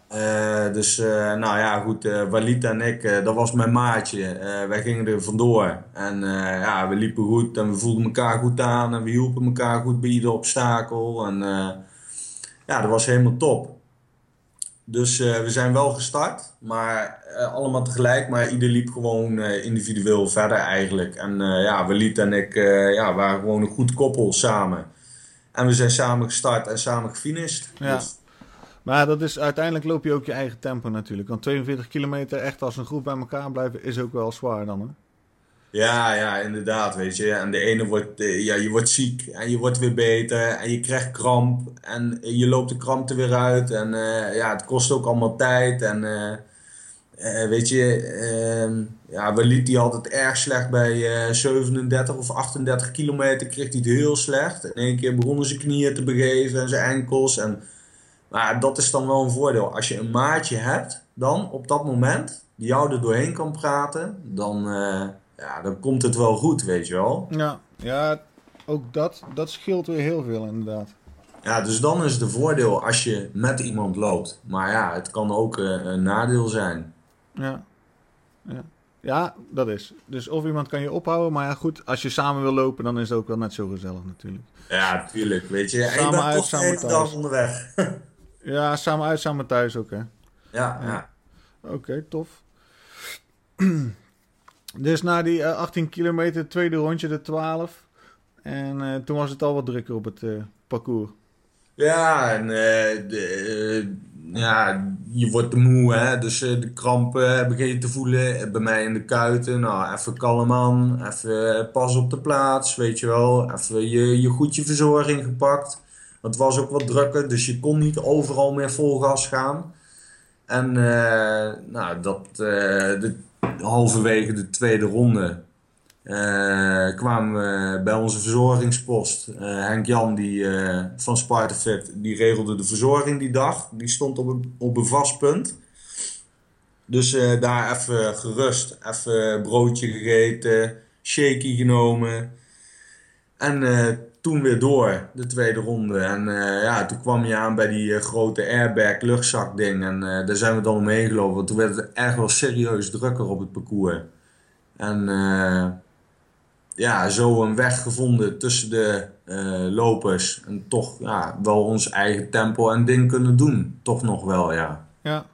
Goed. Walid en ik, dat was mijn maatje. Wij gingen er vandoor. En we liepen goed en we voelden elkaar goed aan. En we hielpen elkaar goed bij ieder obstakel. En dat was helemaal top. Dus we zijn wel gestart, maar allemaal tegelijk, maar ieder liep gewoon individueel verder eigenlijk. En Walid en ik waren gewoon een goed koppel samen. En we zijn samen gestart en samen gefinished. Ja. Dus, maar dat is, uiteindelijk loop je ook je eigen tempo natuurlijk. Want 42 kilometer echt als een groep bij elkaar blijven is ook wel zwaar dan, hè? ja, inderdaad, weet je. En de ene wordt, je wordt ziek en je wordt weer beter en je krijgt kramp en je loopt de kramp er weer uit. En het kost ook allemaal tijd en weet je, Walid die had het erg slecht bij 37 of 38 kilometer, kreeg hij het heel slecht. In één keer begonnen zijn knieën te begeven en zijn enkels. Maar dat is dan wel een voordeel. Als je een maatje hebt dan op dat moment, die jou er doorheen kan praten, dan komt het wel goed, weet je wel. Ja, ook dat scheelt weer heel veel inderdaad. Ja, dus dan is het een voordeel als je met iemand loopt. Maar ja, het kan ook een nadeel zijn. Ja. Ja, dat is. Dus of iemand kan je ophouden, maar ja goed, als je samen wil lopen, dan is het ook wel net zo gezellig natuurlijk. Ja, tuurlijk, weet je. En je Samen bent uit, toch de samen hele thuis. dag onderweg. Ja, samen uit, samen thuis ook, hè. Ja. Oké, tof. Dus na die 18 kilometer, het tweede rondje, de 12. En toen was het al wat drukker op het parcours. Ja, en ja, je wordt te moe, hè. Dus de krampen begin je te voelen. Bij mij in de kuiten. Nou, even kalm aan. Even pas op de plaats, weet je wel. Even je goed je verzorging gepakt. Want het was ook wat drukker, dus je kon niet overal meer vol gas gaan. En nou, halverwege de tweede ronde kwamen we bij onze verzorgingspost. Henk-Jan van Spartafit, die regelde de verzorging die dag. Die stond op een vast punt. Dus daar even gerust, even broodje gegeten, shaky genomen. En toen weer door, de tweede ronde. En ja, toen kwam je aan bij die grote airbag luchtzakding. En daar zijn we dan omheen gelopen. Want toen werd het echt wel serieus drukker op het parcours. En ja, zo een weg gevonden tussen de lopers. En toch ja, wel ons eigen tempo en ding kunnen doen. Toch nog wel, ja. Ja.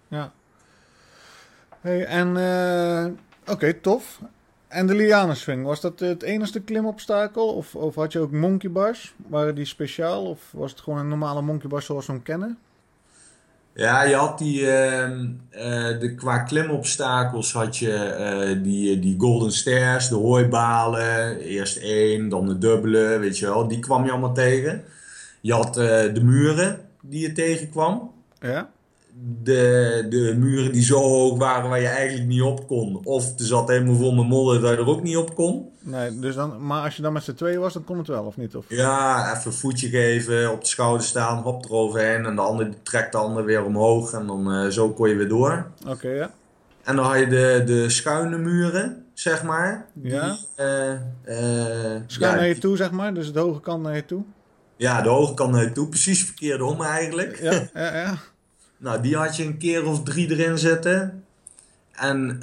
Hey, en oké, tof. En de lianenswing, was dat het enige klimobstakel? Of had je ook monkey bars? Waren die speciaal? Of was het gewoon een normale monkey bar zoals we hem kennen? Ja, je had qua klimobstakels had je die Golden Stairs, de hooibalen. Eerst één, dan de dubbele, weet je wel. Die kwam je allemaal tegen. Je had de muren die je tegenkwam. Ja? De muren die zo hoog waren waar je eigenlijk niet op kon. Of er zat helemaal vol met modder dat je er ook niet op kon. Nee, dus dan, maar als je dan met z'n tweeën was, dan kon het wel, of niet? Of? Ja, even een voetje geven, op de schouder staan, hop eroverheen. En de ander die trekt de ander weer omhoog. En dan zo kon je weer door. Oké, ja. En dan had je de schuine muren, zeg maar. Ja. Schuin Ja, naar je toe, zeg maar. Dus de hoge kant naar je toe. ja, de hoge kant naar je toe. Precies verkeerd om eigenlijk. Ja. Nou, die had je een keer of 3 erin zitten. En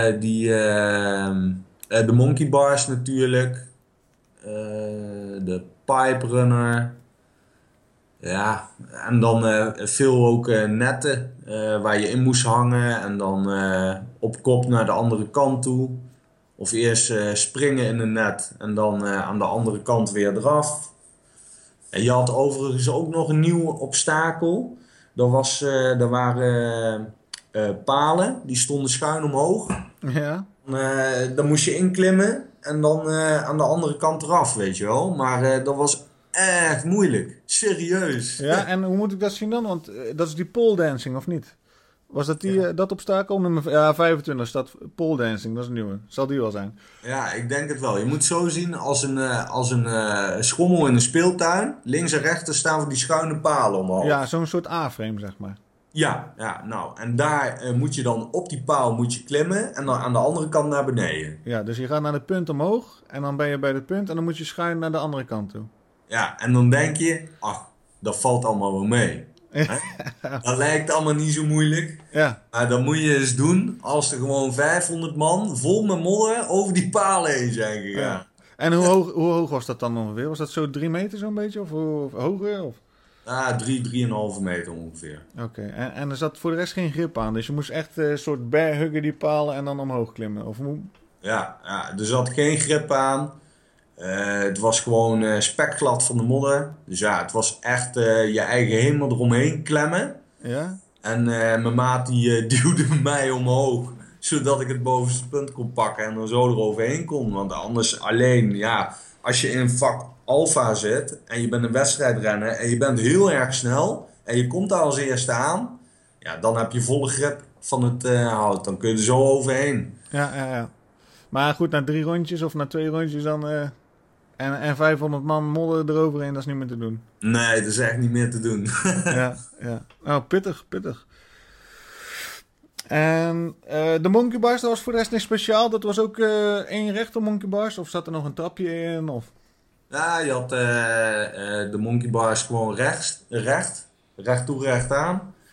de monkey bars natuurlijk. De pipe runner. Ja, en dan veel ook netten waar je in moest hangen. En dan op kop naar de andere kant toe. Of eerst springen in een net en dan aan de andere kant weer eraf. En je had overigens ook nog een nieuw obstakel. Er waren palen, die stonden schuin omhoog. Ja. Dan moest je inklimmen en dan aan de andere kant eraf, weet je wel. Maar dat was echt moeilijk. Serieus. Ja, en hoe moet ik dat zien dan? Want dat is die pole dancing, of niet? Was dat dat obstakel? Ja, 25 staat pole dancing, dat is een nieuwe. Zal die wel zijn? Ja, ik denk het wel. Je moet het zo zien als een schommel in een speeltuin. Links en rechts staan van die schuine palen omhoog. Ja, zo'n soort A-frame, zeg maar. Ja, nou. En daar moet je dan op die paal moet je klimmen en dan aan de andere kant naar beneden. Ja, dus je gaat naar de punt omhoog en dan ben je bij de punt en dan moet je schuin naar de andere kant toe. Ja, en dan denk je, ach, dat valt allemaal wel mee. Dat lijkt allemaal niet zo moeilijk. Ja. Maar dat moet je eens doen als er gewoon 500 man vol met modder over die palen heen zijn gegaan. Ja. En hoe hoog was dat dan ongeveer? Was dat zo 3 meter zo'n beetje? Of hoger? Of? 3,5 meter ongeveer. Oké. En er zat voor de rest geen grip aan. Dus je moest echt een soort bearhuggen die palen en dan omhoog klimmen. Of hoe? Ja, er zat geen grip aan. Het was gewoon spekglad van de modder. Dus ja, het was echt je eigen helemaal eromheen klemmen. Ja? En mijn maat die duwde mij omhoog. Zodat ik het bovenste punt kon pakken en dan zo eroverheen kon. Want anders alleen, ja, als je in vak Alpha zit en je bent een wedstrijdrenner en je bent heel erg snel en je komt daar als eerste aan, ja, dan heb je volle grip van het hout. Dan kun je er zo overheen. Ja. Maar goed, na 3 rondjes of na 2 rondjes dan... En 500 man modder eroverheen, dat is niet meer te doen. Nee, dat is echt niet meer te doen. Ja. Oh, pittig. En de monkey bars, dat was voor de rest niks speciaal. Dat was ook 1 rechte monkey bars? Of zat er nog een trapje in? Of? Ja, je had de monkey bars gewoon recht toe, recht aan.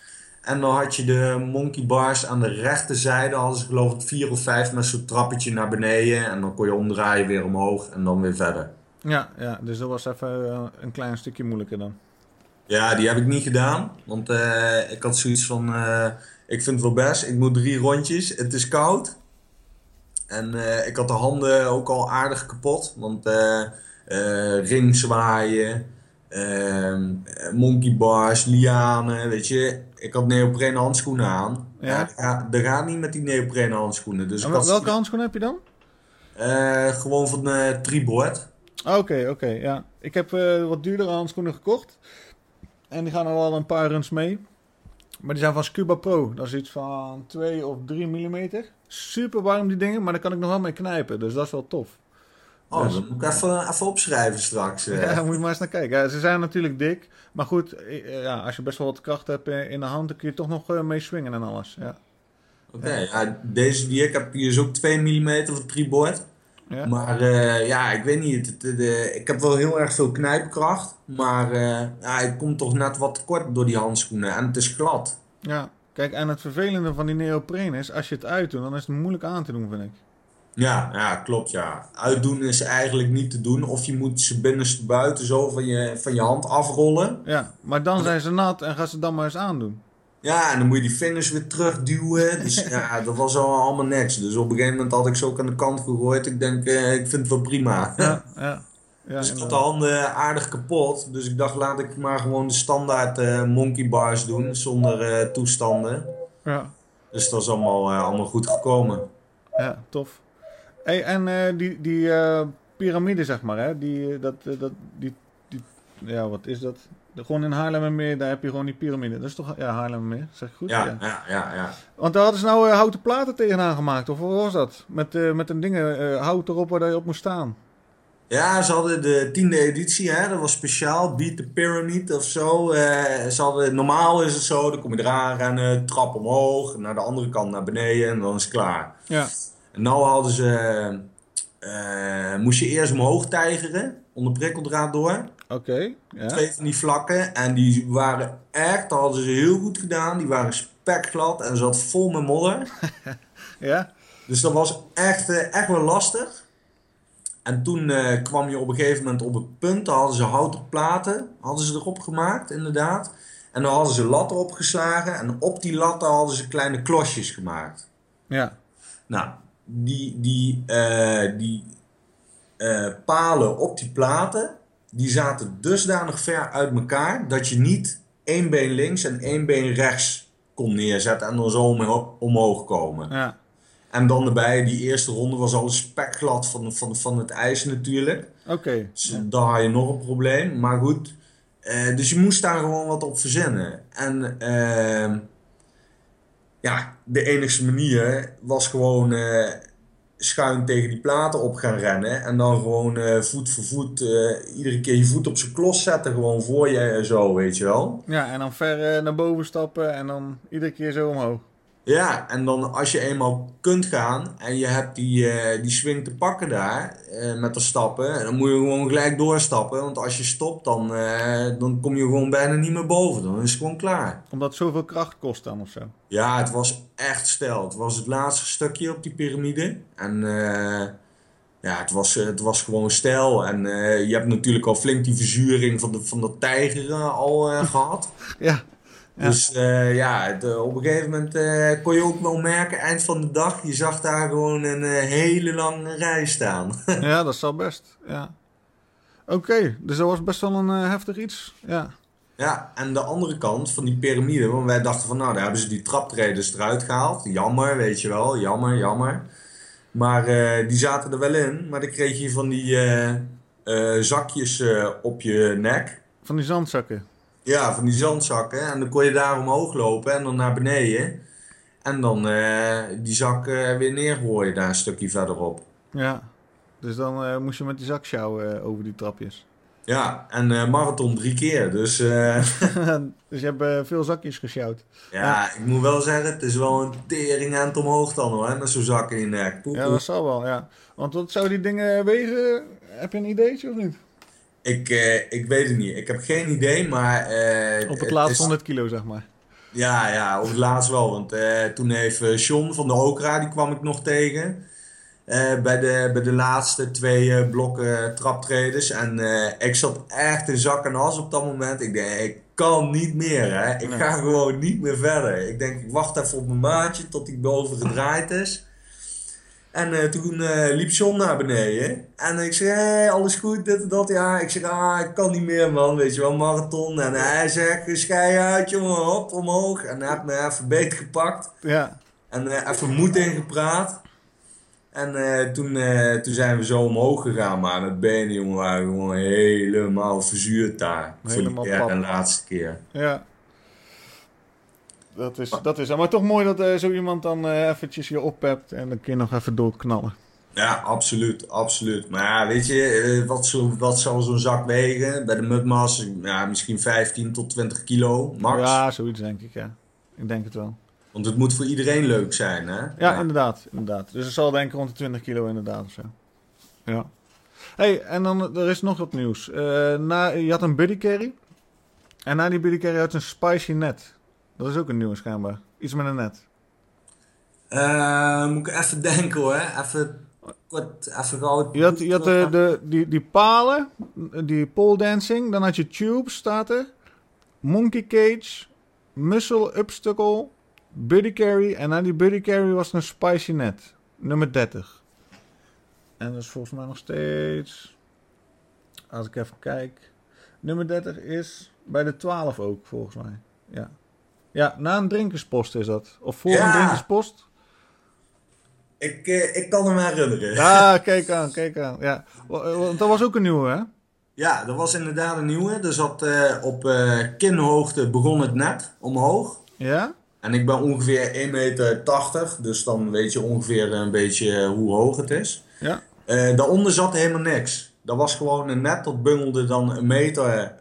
En dan had je de monkey bars aan de rechterzijde. Hadden ze geloof ik 4 of 5 met zo'n trappetje naar beneden. En dan kon je omdraaien, weer omhoog en dan weer verder. Ja, dus dat was even een klein stukje moeilijker dan. Ja, die heb ik niet gedaan. Want ik had zoiets van, ik vind het wel best. Ik moet 3 rondjes. Het is koud. En ik had de handen ook al aardig kapot. Want ring zwaaien, monkey bars, lianen, weet je. Ik had neoprene handschoenen aan. Ja. Dat gaat niet met die neoprene handschoenen. Dus En ik had welke handschoenen heb je dan? gewoon van Tribord. Oké, ja. Ik heb wat duurdere handschoenen gekocht. En die gaan er wel een paar runs mee. Maar die zijn van Scuba Pro. Dat is iets van 2 of 3 millimeter. Super warm die dingen, maar daar kan ik nog wel mee knijpen. Dus dat is wel tof. Oh, Dus- dat moet ik even opschrijven straks. Ja, moet je maar eens naar kijken. Ja, ze zijn natuurlijk dik. Maar goed, ja, als je best wel wat kracht hebt in de hand, dan kun je toch nog mee swingen en alles. Ja. Oké, ja, deze die ik heb, die is ook 2 mm van Tribord. Ja. Maar ja, ik weet niet. Ik heb wel heel erg veel knijpkracht. Maar ja, ik kom toch net wat tekort door die handschoenen. En het is glad. Ja, kijk, en het vervelende van die neopreen is, als je het uitdoet, dan is het moeilijk aan te doen, vind ik. Ja, klopt ja. Uitdoen is eigenlijk niet te doen. Of je moet ze binnenste buiten zo van je hand afrollen. Ja, maar dan zijn ze nat en ga ze dan maar eens aandoen. Ja, en dan moet je die vingers weer terugduwen. Dus ja, dat was allemaal niks. Dus op een gegeven moment had ik ze ook aan de kant gegooid. Ik denk, ik vind het wel prima. Ja, Dus ik had de inderdaad. handen aardig kapot. Dus ik dacht, laat ik maar gewoon de standaard monkey bars doen. Zonder toestanden. Ja, Dus dat is allemaal goed gekomen. ja, tof. Hey, en die piramide, zeg maar, hè? Ja, wat is dat? Gewoon in Haarlemmermeer, daar heb je gewoon die piramide. Dat is toch, ja, Haarlemmermeer, zeg ik goed? Ja. Want daar hadden ze nou houten platen tegenaan gemaakt, of wat was dat? Met een dingen, hout erop waar je op moest staan. Ja, ze hadden de 10e editie, hè, dat was speciaal, Beat the Pyramid of zo. Normaal is het zo, dan kom je eraan rennen, trap omhoog, naar de andere kant naar beneden en dan is het klaar. Ja, En nou hadden ze, moest je eerst omhoog tijgeren, onder prikkeldraad door. oké. Ja. 2 van die vlakken en die waren echt, dat hadden ze heel goed gedaan, die waren spekglad en zat vol met modder. Ja? Dus dat was echt wel lastig. En toen kwam je op een gegeven moment op het punt, dan hadden ze houten platen, hadden ze erop gemaakt, inderdaad. En dan hadden ze latten opgeslagen en op die latten hadden ze kleine klosjes gemaakt. Ja. Nou, die palen op die platen, die zaten dusdanig ver uit elkaar dat je niet 1 been links en 1 been rechts kon neerzetten en dan zo omhoog komen. Ja. En dan erbij, die eerste ronde was alles spekglad van het ijs natuurlijk. Oké. Dus daar had je nog een probleem. Maar goed, dus je moest daar gewoon wat op verzinnen. En ja, de enigste manier was gewoon schuin tegen die platen op gaan rennen. En dan gewoon voet voor voet, iedere keer je voet op zijn klos zetten. Gewoon voor je zo, weet je wel. Ja, en dan ver naar boven stappen en dan iedere keer zo omhoog. Ja, en dan als je eenmaal kunt gaan en je hebt die swing te pakken daar met de stappen, dan moet je gewoon gelijk doorstappen. Want als je stopt, dan kom je gewoon bijna niet meer boven. Dan is het gewoon klaar. Omdat het zoveel kracht kost dan of zo. Ja, het was echt stijl. Het was het laatste stukje op die piramide. En ja, het was gewoon stijl. En je hebt natuurlijk al flink die verzuring van de tijger al gehad. Ja. Ja. Dus ja, op een gegeven moment kon je ook wel merken, eind van de dag, je zag daar gewoon een hele lange rij staan. Ja, dat zal best. Ja. Oké, dus dat was best wel een heftig iets. Ja. Ja, en de andere kant van die piramide, want wij dachten van nou, daar hebben ze die traptreders eruit gehaald. Jammer, weet je wel, jammer. Maar die zaten er wel in, maar dan kreeg je van die zakjes op je nek. Van die zandzakken. Ja, van die zandzakken. En dan kon je daar omhoog lopen en dan naar beneden. En dan die zak weer neergooien daar een stukje verderop. Ja. Dus dan moest je met die zak sjouwen over die trapjes. Ja, en marathon 3 keer. Dus Dus je hebt veel zakjes gesjouwd. ja, ik moet wel zeggen, het is wel een tering aan het omhoog dan hoor. Met zo'n zak in je nek. Poep, Ja, poep. dat zal wel, ja. Want wat zou die dingen wegen? Heb je een ideetje of niet? Ik weet het niet. Ik heb geen idee, maar... Op het het laatste is- 100 kilo, zeg maar. Ja, op het laatst wel. Want toen heeft John van de Okra, die kwam ik nog tegen. Bij de laatste 2 blokken traptreders. En ik zat echt in zak en as op dat moment. Ik denk, ik kan niet meer, hè. Ik Nee. ga gewoon niet meer verder. Ik denk, ik wacht even op mijn maatje tot hij boven gedraaid is. En toen liep John naar beneden. En ik zei, hey, alles goed, dit en dat. Ja, ik zeg, ik kan niet meer, man. Weet je wel, marathon. En hij zegt, schei uit, jongen, hop, omhoog. En hij heeft me even beet gepakt. Ja, En even moed ingepraat. En toen zijn we zo omhoog gegaan. Maar mijn benen, jongen, waren gewoon helemaal verzuurd daar. Helemaal Voor die derde pap. en laatste keer. ja. Dat is maar toch mooi dat zo iemand dan eventjes je oppept en dan kun je nog even doorknallen. Ja, absoluut, absoluut. Maar ja, weet je, wat zal zo'n zak wegen? Bij de Mudmasters, ja, misschien 15 tot 20 kilo, max. Ja, zoiets denk ik, ja. Ik denk het wel. Want het moet voor iedereen leuk zijn, hè? Ja, inderdaad. Dus het zal denk ik rond de 20 kilo inderdaad of zo. Ja. Hey, en dan er is nog wat nieuws. Je had een buddy carry. En na die buddy carry had je een spicy net. Dat is ook een nieuwe schijnbaar. Iets met een net. Moet ik even denken hoor. Even kort, even gauw. Je had die palen, die pole dancing. Dan had je tubes, staat er. Monkey cage, muscle obstacle, buddy carry. En na die buddy carry was er een spicy net. Nummer 30. En dat is volgens mij nog steeds... Als ik even kijk... Nummer 30 is bij de 12 ook, volgens mij. Ja. Ja, na een drinkerspost is dat. Of voor Ja. een drinkerspost. Ik kan hem herinneren. Ja, kijk aan. Ja. Want dat was ook een nieuwe, hè? Ja, dat was inderdaad een nieuwe. Er zat op kinhoogte begon het net omhoog. Ja? En ik ben ongeveer 1,80 meter. Dus dan weet je ongeveer een beetje hoe hoog het is. Ja. Daaronder zat helemaal niks. Dat was gewoon een net, dat bungelde dan een meter.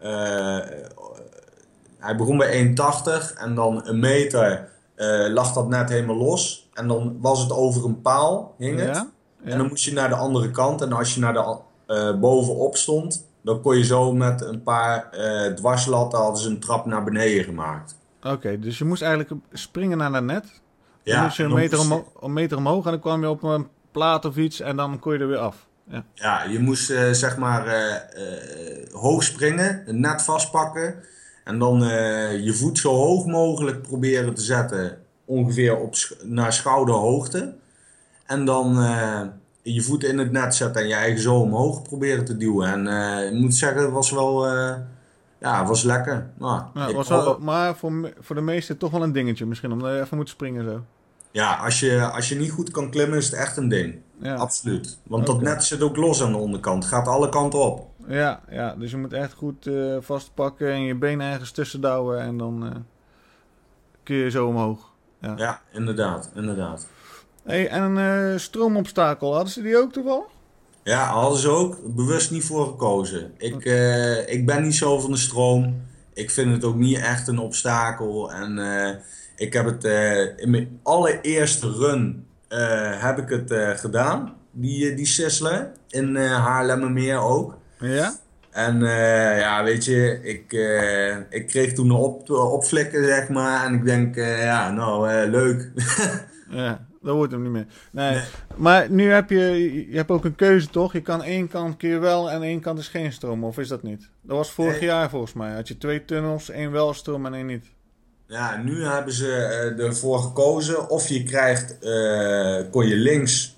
Hij begon bij 1,80 en dan een meter lag dat net helemaal los. En dan was het over een paal, hing het. Ja? Ja. En dan moest je naar de andere kant. En als je naar de bovenop stond, dan kon je zo met een paar dwarslatten hadden ze een trap naar beneden gemaakt. Oké, dus je moest eigenlijk springen naar dat net. Dan Ja, moest je en een dan meter, moest je- een meter omhoog en dan kwam je op een plaat of iets en dan kon je er weer af. Ja. Ja, je moest zeg maar hoog springen, het net vastpakken. En dan je voet zo hoog mogelijk proberen te zetten. Ongeveer naar schouderhoogte. En dan je voet in het net zetten en je eigen zo omhoog proberen te duwen. En ik moet zeggen, het was wel... ja, het was lekker. Nou, Ja, maar voor de meesten toch wel een dingetje misschien, omdat je even moet springen zo. ja, als je niet goed kan klimmen is het echt een ding. Ja. Absoluut. Want Oké. dat net zit ook los aan de onderkant. Gaat alle kanten op. Ja, dus je moet echt goed vastpakken en je been ergens tussen douwen en dan kun je zo omhoog. Ja. Ja, inderdaad. Hey, en een stroomobstakel, hadden ze die ook toevallig? Ja, hadden ze ook bewust niet voor gekozen. Ik ben niet zo van de stroom. Ik vind het ook niet echt een obstakel. En ik heb het in mijn allereerste run heb ik het gedaan. Die Sisler in Haarlemmermeer ook. Ja? En ja, weet je, ik kreeg toen een opflikker, zeg maar. En ik denk, ja, nou, leuk. Ja, dat wordt hem niet meer. Nee. Maar nu heb je hebt ook een keuze toch? Je kan één kant kun je wel en één kant is geen stroom, of is dat niet? Dat was vorig jaar volgens mij. Had je 2 tunnels, 1 wel stroom en 1 niet. Ja, nu hebben ze ervoor gekozen. Of je krijgt, kon je links,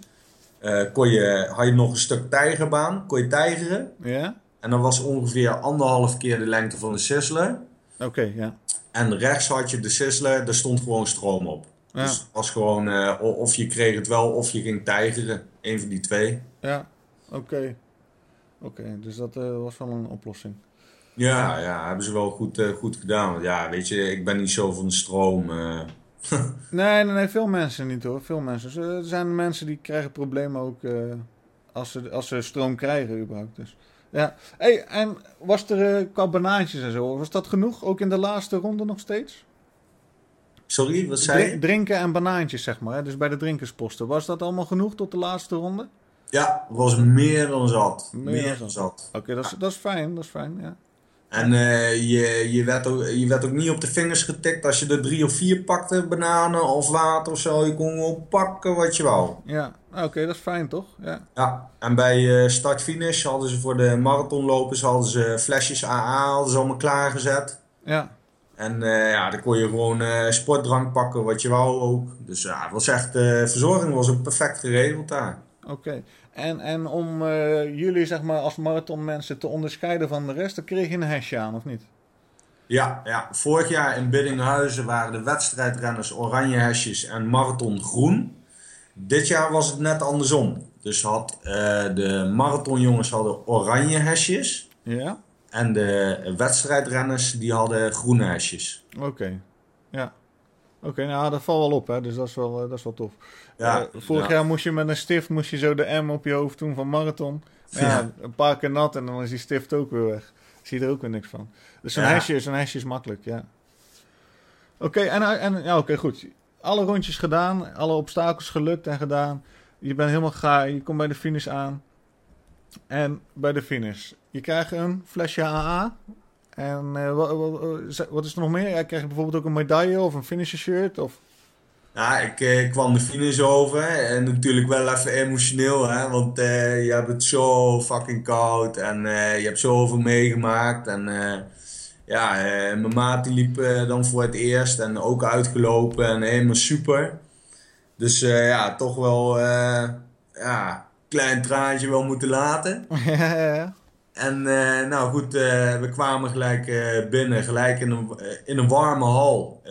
had je nog een stuk tijgerbaan, kon je tijgeren. Ja? En dat was ongeveer 1,5 keer de lengte van de Sisler. Oké, ja. En rechts had je de Sisler, daar stond gewoon stroom op. Ja. Dus het was gewoon, of je kreeg het wel, of je ging tijgeren. Eén van die twee. Ja, oké. Oké, dus dat was wel een oplossing. Ja, hebben ze wel goed gedaan. Want ja, weet je, ik ben niet zo van de stroom. Nee, veel mensen niet hoor. Veel mensen. Er zijn mensen die krijgen problemen ook als ze stroom krijgen überhaupt. Dus. Ja. Hey, en was er qua banaantjes en zo, was dat genoeg? Ook in de laatste ronde nog steeds? Sorry, wat zei je? Drinken en banaantjes, zeg maar. Hè? Dus bij de drinkersposten. Was dat allemaal genoeg tot de laatste ronde? Ja, het was meer dan zat. Meer dan zat. Oké, dat is fijn. Dat is fijn, ja. En je werd ook niet op de vingers getikt als je er 3 of 4 pakte, bananen of water of zo. Je kon gewoon pakken wat je wou. Ja, oké, dat is fijn toch? Ja. Ja, en bij start-finish hadden ze voor de marathonlopers hadden ze flesjes AA hadden ze allemaal klaargezet. Ja, En ja, dan kon je gewoon sportdrank pakken wat je wou ook. Dus ja, het was echt, verzorging was ook perfect geregeld daar. oké. En om jullie zeg maar als marathonmensen te onderscheiden van de rest, dan kreeg je een hesje aan, of niet? Ja, vorig jaar in Biddinghuizen waren de wedstrijdrenners oranje hesjes en marathon groen. Dit jaar was het net andersom. Dus de marathonjongens hadden oranje hesjes Ja? en de wedstrijdrenners die hadden groene hesjes. Oké. Ja. Oké, nou dat valt wel op, hè? Dus dat is wel tof. Ja, Vorig jaar moest je met een stift zo de M op je hoofd doen van marathon. Maar ja, een paar keer nat en dan is die stift ook weer weg. Zie je er ook weer niks van. Dus zo'n hesje is makkelijk, ja. Oké, oké, goed. Alle rondjes gedaan, alle obstakels gelukt en gedaan. Je bent helemaal gaar, je komt bij de finish aan. En bij de finish, je krijgt een flesje AA. En wat is er nog meer? Ja, krijg je bijvoorbeeld ook een medaille of een finisher shirt? Of... Ja, ik kwam de finish over en natuurlijk wel even emotioneel, hè, want je hebt het zo fucking koud en je hebt zoveel meegemaakt. En mijn maat die liep dan voor het eerst en ook uitgelopen en helemaal super. Dus ja, toch wel klein traantje wel moeten laten. Ja. En nou goed, we kwamen gelijk binnen, gelijk in een warme hal.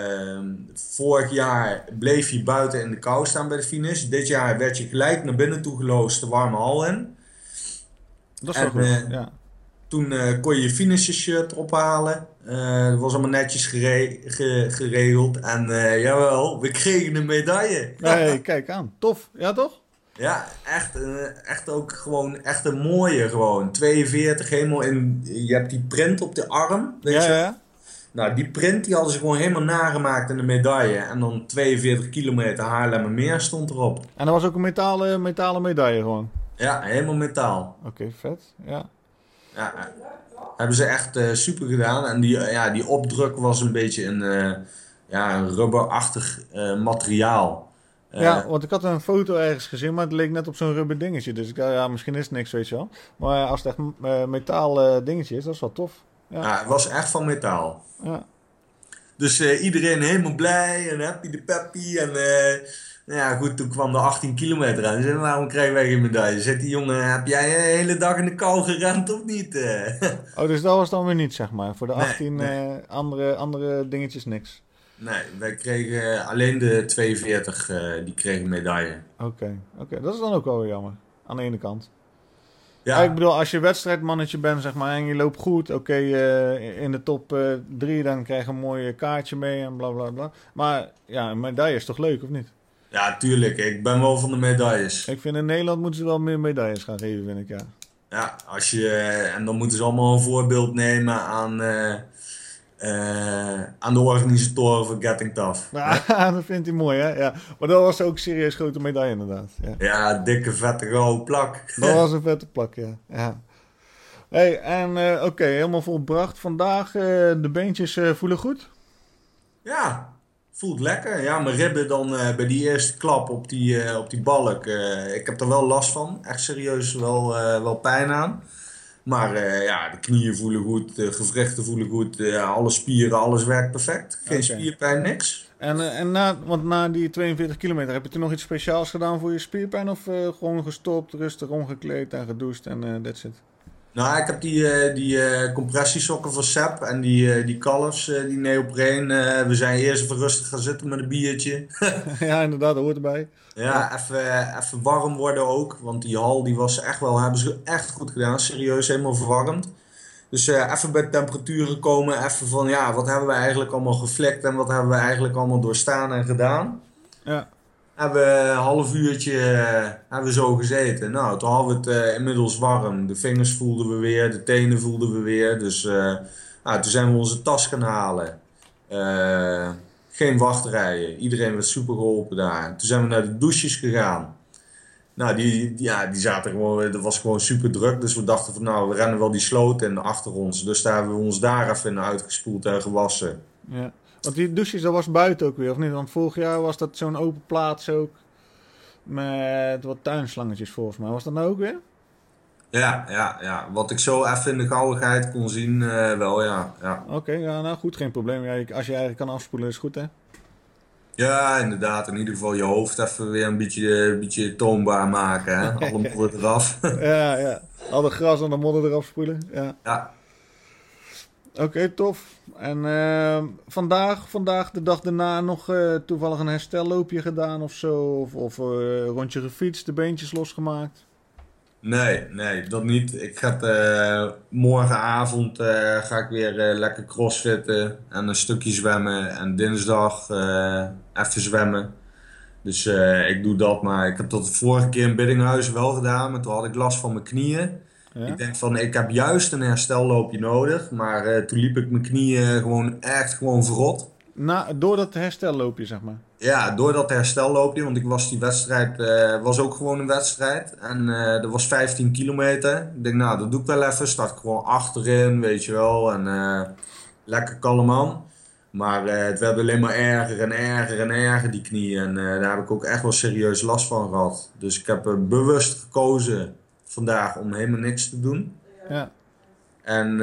Vorig jaar bleef je buiten in de kou staan bij de finish. Dit jaar werd je gelijk naar binnen toe geloosd de warme hal in. Dat is wel goed, ja. Toen kon je je finisher-shirt ophalen. Dat was allemaal netjes geregeld. En jawel, we kregen een medaille. Nee, kijk aan. Tof. Ja, toch? Ja, echt ook gewoon echt een mooie gewoon. 42 helemaal in. Je hebt die print op de arm, weet je? Ja. Nou, die print die hadden ze gewoon helemaal nagemaakt in de medaille. En dan 42 kilometer Haarlemmermeer stond erop. En er was ook een metalen medaille gewoon. Ja, helemaal metaal. Oké, vet. Ja. Ja, hebben ze echt super gedaan. En die opdruk was een beetje een rubberachtig materiaal. Ja, want ik had een foto ergens gezien, maar het leek net op zo'n rubber dingetje. Dus ik dacht, ja, misschien is het niks, weet je wel. Maar als het echt metaal dingetje is, dat is wel tof. Ja, het was echt van metaal. ja. Dus iedereen helemaal blij en happy de peppy. En ja, goed, toen kwam de 18 kilometer aan. Dus waarom krijgen wij geen medaille? Zegt die jongen, heb jij de hele dag in de kou gerend of niet? Oh, dus dat was dan weer niet, zeg maar. Voor de Nee, 18 nee. Andere dingetjes niks. Nee, wij kregen alleen de 42, die kregen medaille. Oké, dat is dan ook wel weer jammer. Aan de ene kant. Ja, Ja, ik bedoel, als je wedstrijdmannetje bent, zeg maar, en je loopt goed, oké, in de top 3, dan krijg je een mooi kaartje mee en bla bla bla. Maar ja, een medaille is toch leuk, of niet? ja, tuurlijk. Ik ben wel van de medailles. Ik vind in Nederland moeten ze wel meer medailles gaan geven, vind ik, ja. Ja, en dan moeten ze allemaal een voorbeeld nemen aan de organisatoren van Getting Tough. Ja, dat vindt hij mooi, hè? Ja. Maar dat was ook serieus grote medaille, inderdaad. Ja. Ja, dikke vette gouden plak. Dat was een vette plak, ja. Hey, en oké, helemaal volbracht. Vandaag, de beentjes voelen goed? Ja, voelt lekker. Ja, mijn ribben dan bij die eerste klap op die balk. Ik heb er wel last van. Echt serieus wel pijn aan. Maar ja, de knieën voelen goed, de gewrichten voelen goed. Alle spieren, alles werkt perfect. Geen Oké. spierpijn, niks. Want na die 42 kilometer, heb je toen nog iets speciaals gedaan voor je spierpijn? Of gewoon gestopt, rustig omgekleed en gedoucht en that's it? Nou, ik heb die compressiesokken van Sepp en die kalfs, die neopreen. We zijn eerst even rustig gaan zitten met een biertje. Ja, inderdaad, dat hoort erbij. Ja, even warm worden ook. Want die hal die was hebben ze echt goed gedaan. Serieus, helemaal verwarmd. Dus even bij de temperaturen komen. Even van, ja, wat hebben we eigenlijk allemaal geflikt en wat hebben we eigenlijk allemaal doorstaan en gedaan. Ja. Hebben we een half uurtje hebben we zo gezeten. Nou, toen hadden we het inmiddels warm. De vingers voelden we weer, de tenen voelden we weer. Dus toen zijn we onze tas gaan halen. Geen wachtrijen. Iedereen werd super geholpen daar. Toen zijn we naar de douches gegaan. Nou, die zaten gewoon, dat was gewoon super druk. Dus we dachten van nou, we rennen wel die sloot in achter ons. Dus daar hebben we ons daar even in uitgespoeld en gewassen. Ja. Want die douches, dat was buiten ook weer, of niet? Want vorig jaar was dat zo'n open plaats ook. Met wat tuinslangetjes volgens mij. Was dat nou ook weer? Ja. Wat ik zo even in de gauwigheid kon zien, wel ja. Ja. Oké, ja, nou goed, geen probleem. Ja, als je eigenlijk kan afspoelen is goed, hè? Ja, inderdaad. In ieder geval je hoofd even weer een beetje toonbaar maken. Hè? Alle modder eraf. Ja. Al de gras en de modder eraf spoelen. Ja. Ja. Oké, tof. En vandaag, de dag daarna, nog toevallig een herstelloopje gedaan of zo? Of rondje gefietst, de beentjes losgemaakt? Nee, dat niet. Ik ga morgenavond ga ik weer lekker crossfitten en een stukje zwemmen. En dinsdag even zwemmen. Dus ik doe dat, maar ik heb dat de vorige keer in Biddinghuizen wel gedaan, maar toen had ik last van mijn knieën. Ja? Ik denk van, ik heb juist een herstelloopje nodig, maar toen liep ik mijn knieën gewoon verrot. Door dat herstelloopje, zeg maar. Ja, door dat herstelloopje, want die wedstrijd was ook gewoon een wedstrijd. En dat was 15 kilometer. Ik denk, nou, dat doe ik wel even. Start ik gewoon achterin, weet je wel. En lekker kalm aan. Maar het werd alleen maar erger en erger en erger, die knieën. En daar heb ik ook echt wel serieus last van gehad. Dus ik heb bewust gekozen vandaag om helemaal niks te doen. Ja. En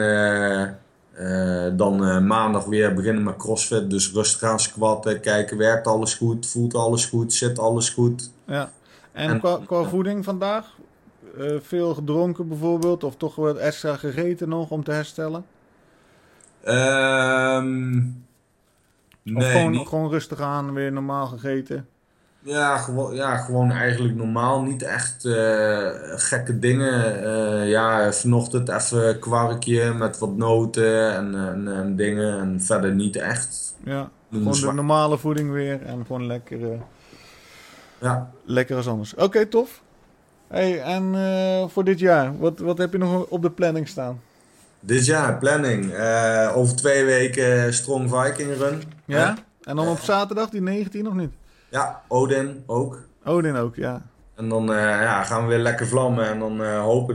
dan maandag weer beginnen met CrossFit. Dus rustig aan squatten, kijken, werkt alles goed, voelt alles goed, zit alles goed. Ja. En qua voeding vandaag? Veel gedronken bijvoorbeeld? Of toch wat extra gegeten nog om te herstellen? Of Nee, gewoon rustig aan, weer normaal gegeten? gewoon eigenlijk normaal. Niet echt gekke dingen. Vanochtend even kwarkje met wat noten en dingen. En verder niet echt. Ja, gewoon de normale voeding weer en gewoon lekker als anders. Oké, tof. Hey, en voor dit jaar, wat heb je nog op de planning staan? Dit jaar, planning. Over 2 weken Strong Viking Run. Ja? En dan op zaterdag, die 19 of niet? Ja, Odin ook. Odin ook, ja. En dan gaan we weer lekker vlammen en dan hopen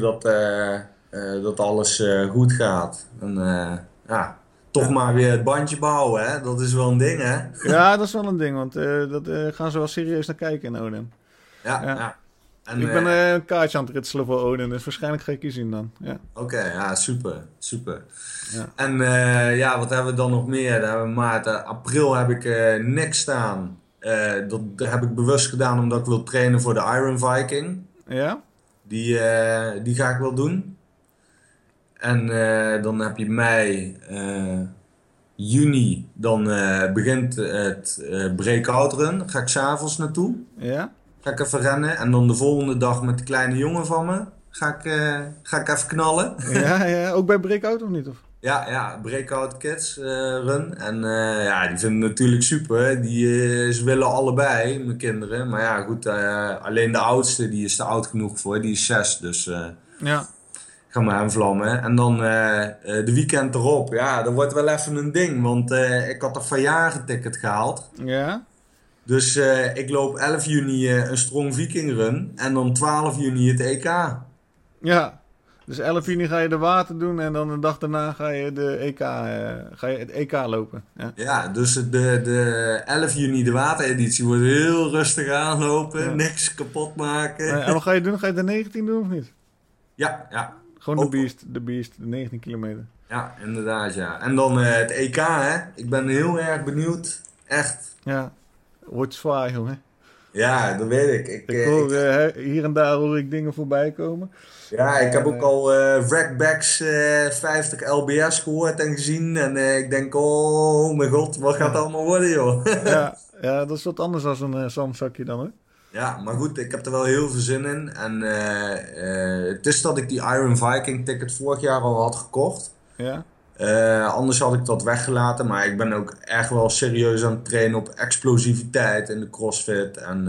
dat alles goed gaat. En toch maar weer het bandje bouwen, hè? Dat is wel een ding, hè? Ja, dat is wel een ding, want dat gaan ze wel serieus naar kijken in Odin. Ja. En, ik ben een kaartje aan het ritselen voor Odin, dus waarschijnlijk ga ik je zien dan. Ja. Oké, super. Ja. En wat hebben we dan nog meer? Dan hebben we maart, april heb ik niks staan. Dat heb ik bewust gedaan omdat ik wil trainen voor de Iron Viking. Ja? Die ga ik wel doen. En dan heb je mei, juni, dan begint het breakout run. Ga ik 's avonds naartoe. Ja? Ga ik even rennen. En dan de volgende dag met de kleine jongen van me ga ik even knallen. Ja, ook bij breakout of niet? Of? Ja, Breakout Kids run. En die vinden het natuurlijk super. Ze willen allebei, mijn kinderen. Maar ja, goed, alleen de oudste, die is te oud genoeg voor. Die is 6, dus Ja. ga maar aan vlammen. En dan de weekend erop. Ja, dat wordt wel even een ding. Want ik had een verjaarticket gehaald. Ja? Dus ik loop 11 juni een Strong Viking Run. En dan 12 juni het EK. Ja. Dus 11 juni ga je de water doen en dan de dag daarna ga je het EK lopen. Ja, dus de 11 juni de watereditie wordt heel rustig aanlopen. Ja. Niks kapot maken. En wat ga je doen? Ga je de 19 doen of niet? Ja. Gewoon Ook- de beest, de 19 kilometer. Ja, inderdaad ja. En dan het EK hè. Ik ben heel erg benieuwd. Echt. Ja. Wordt zwaar, jongen. Ja, dat weet ik. Ik hoor, hier en daar hoor ik dingen voorbij komen. Ik heb ook al Wreckbacks 50 LBS gehoord en gezien. En ik denk, oh mijn god, wat gaat het allemaal worden joh. Ja, dat is wat anders dan een zandzakje dan, hè? Ja, maar goed, ik heb er wel heel veel zin in. En het is dat ik die Iron Viking ticket vorig jaar al had gekocht. Ja. Anders had ik dat weggelaten, maar ik ben ook echt wel serieus aan het trainen op explosiviteit in de CrossFit. En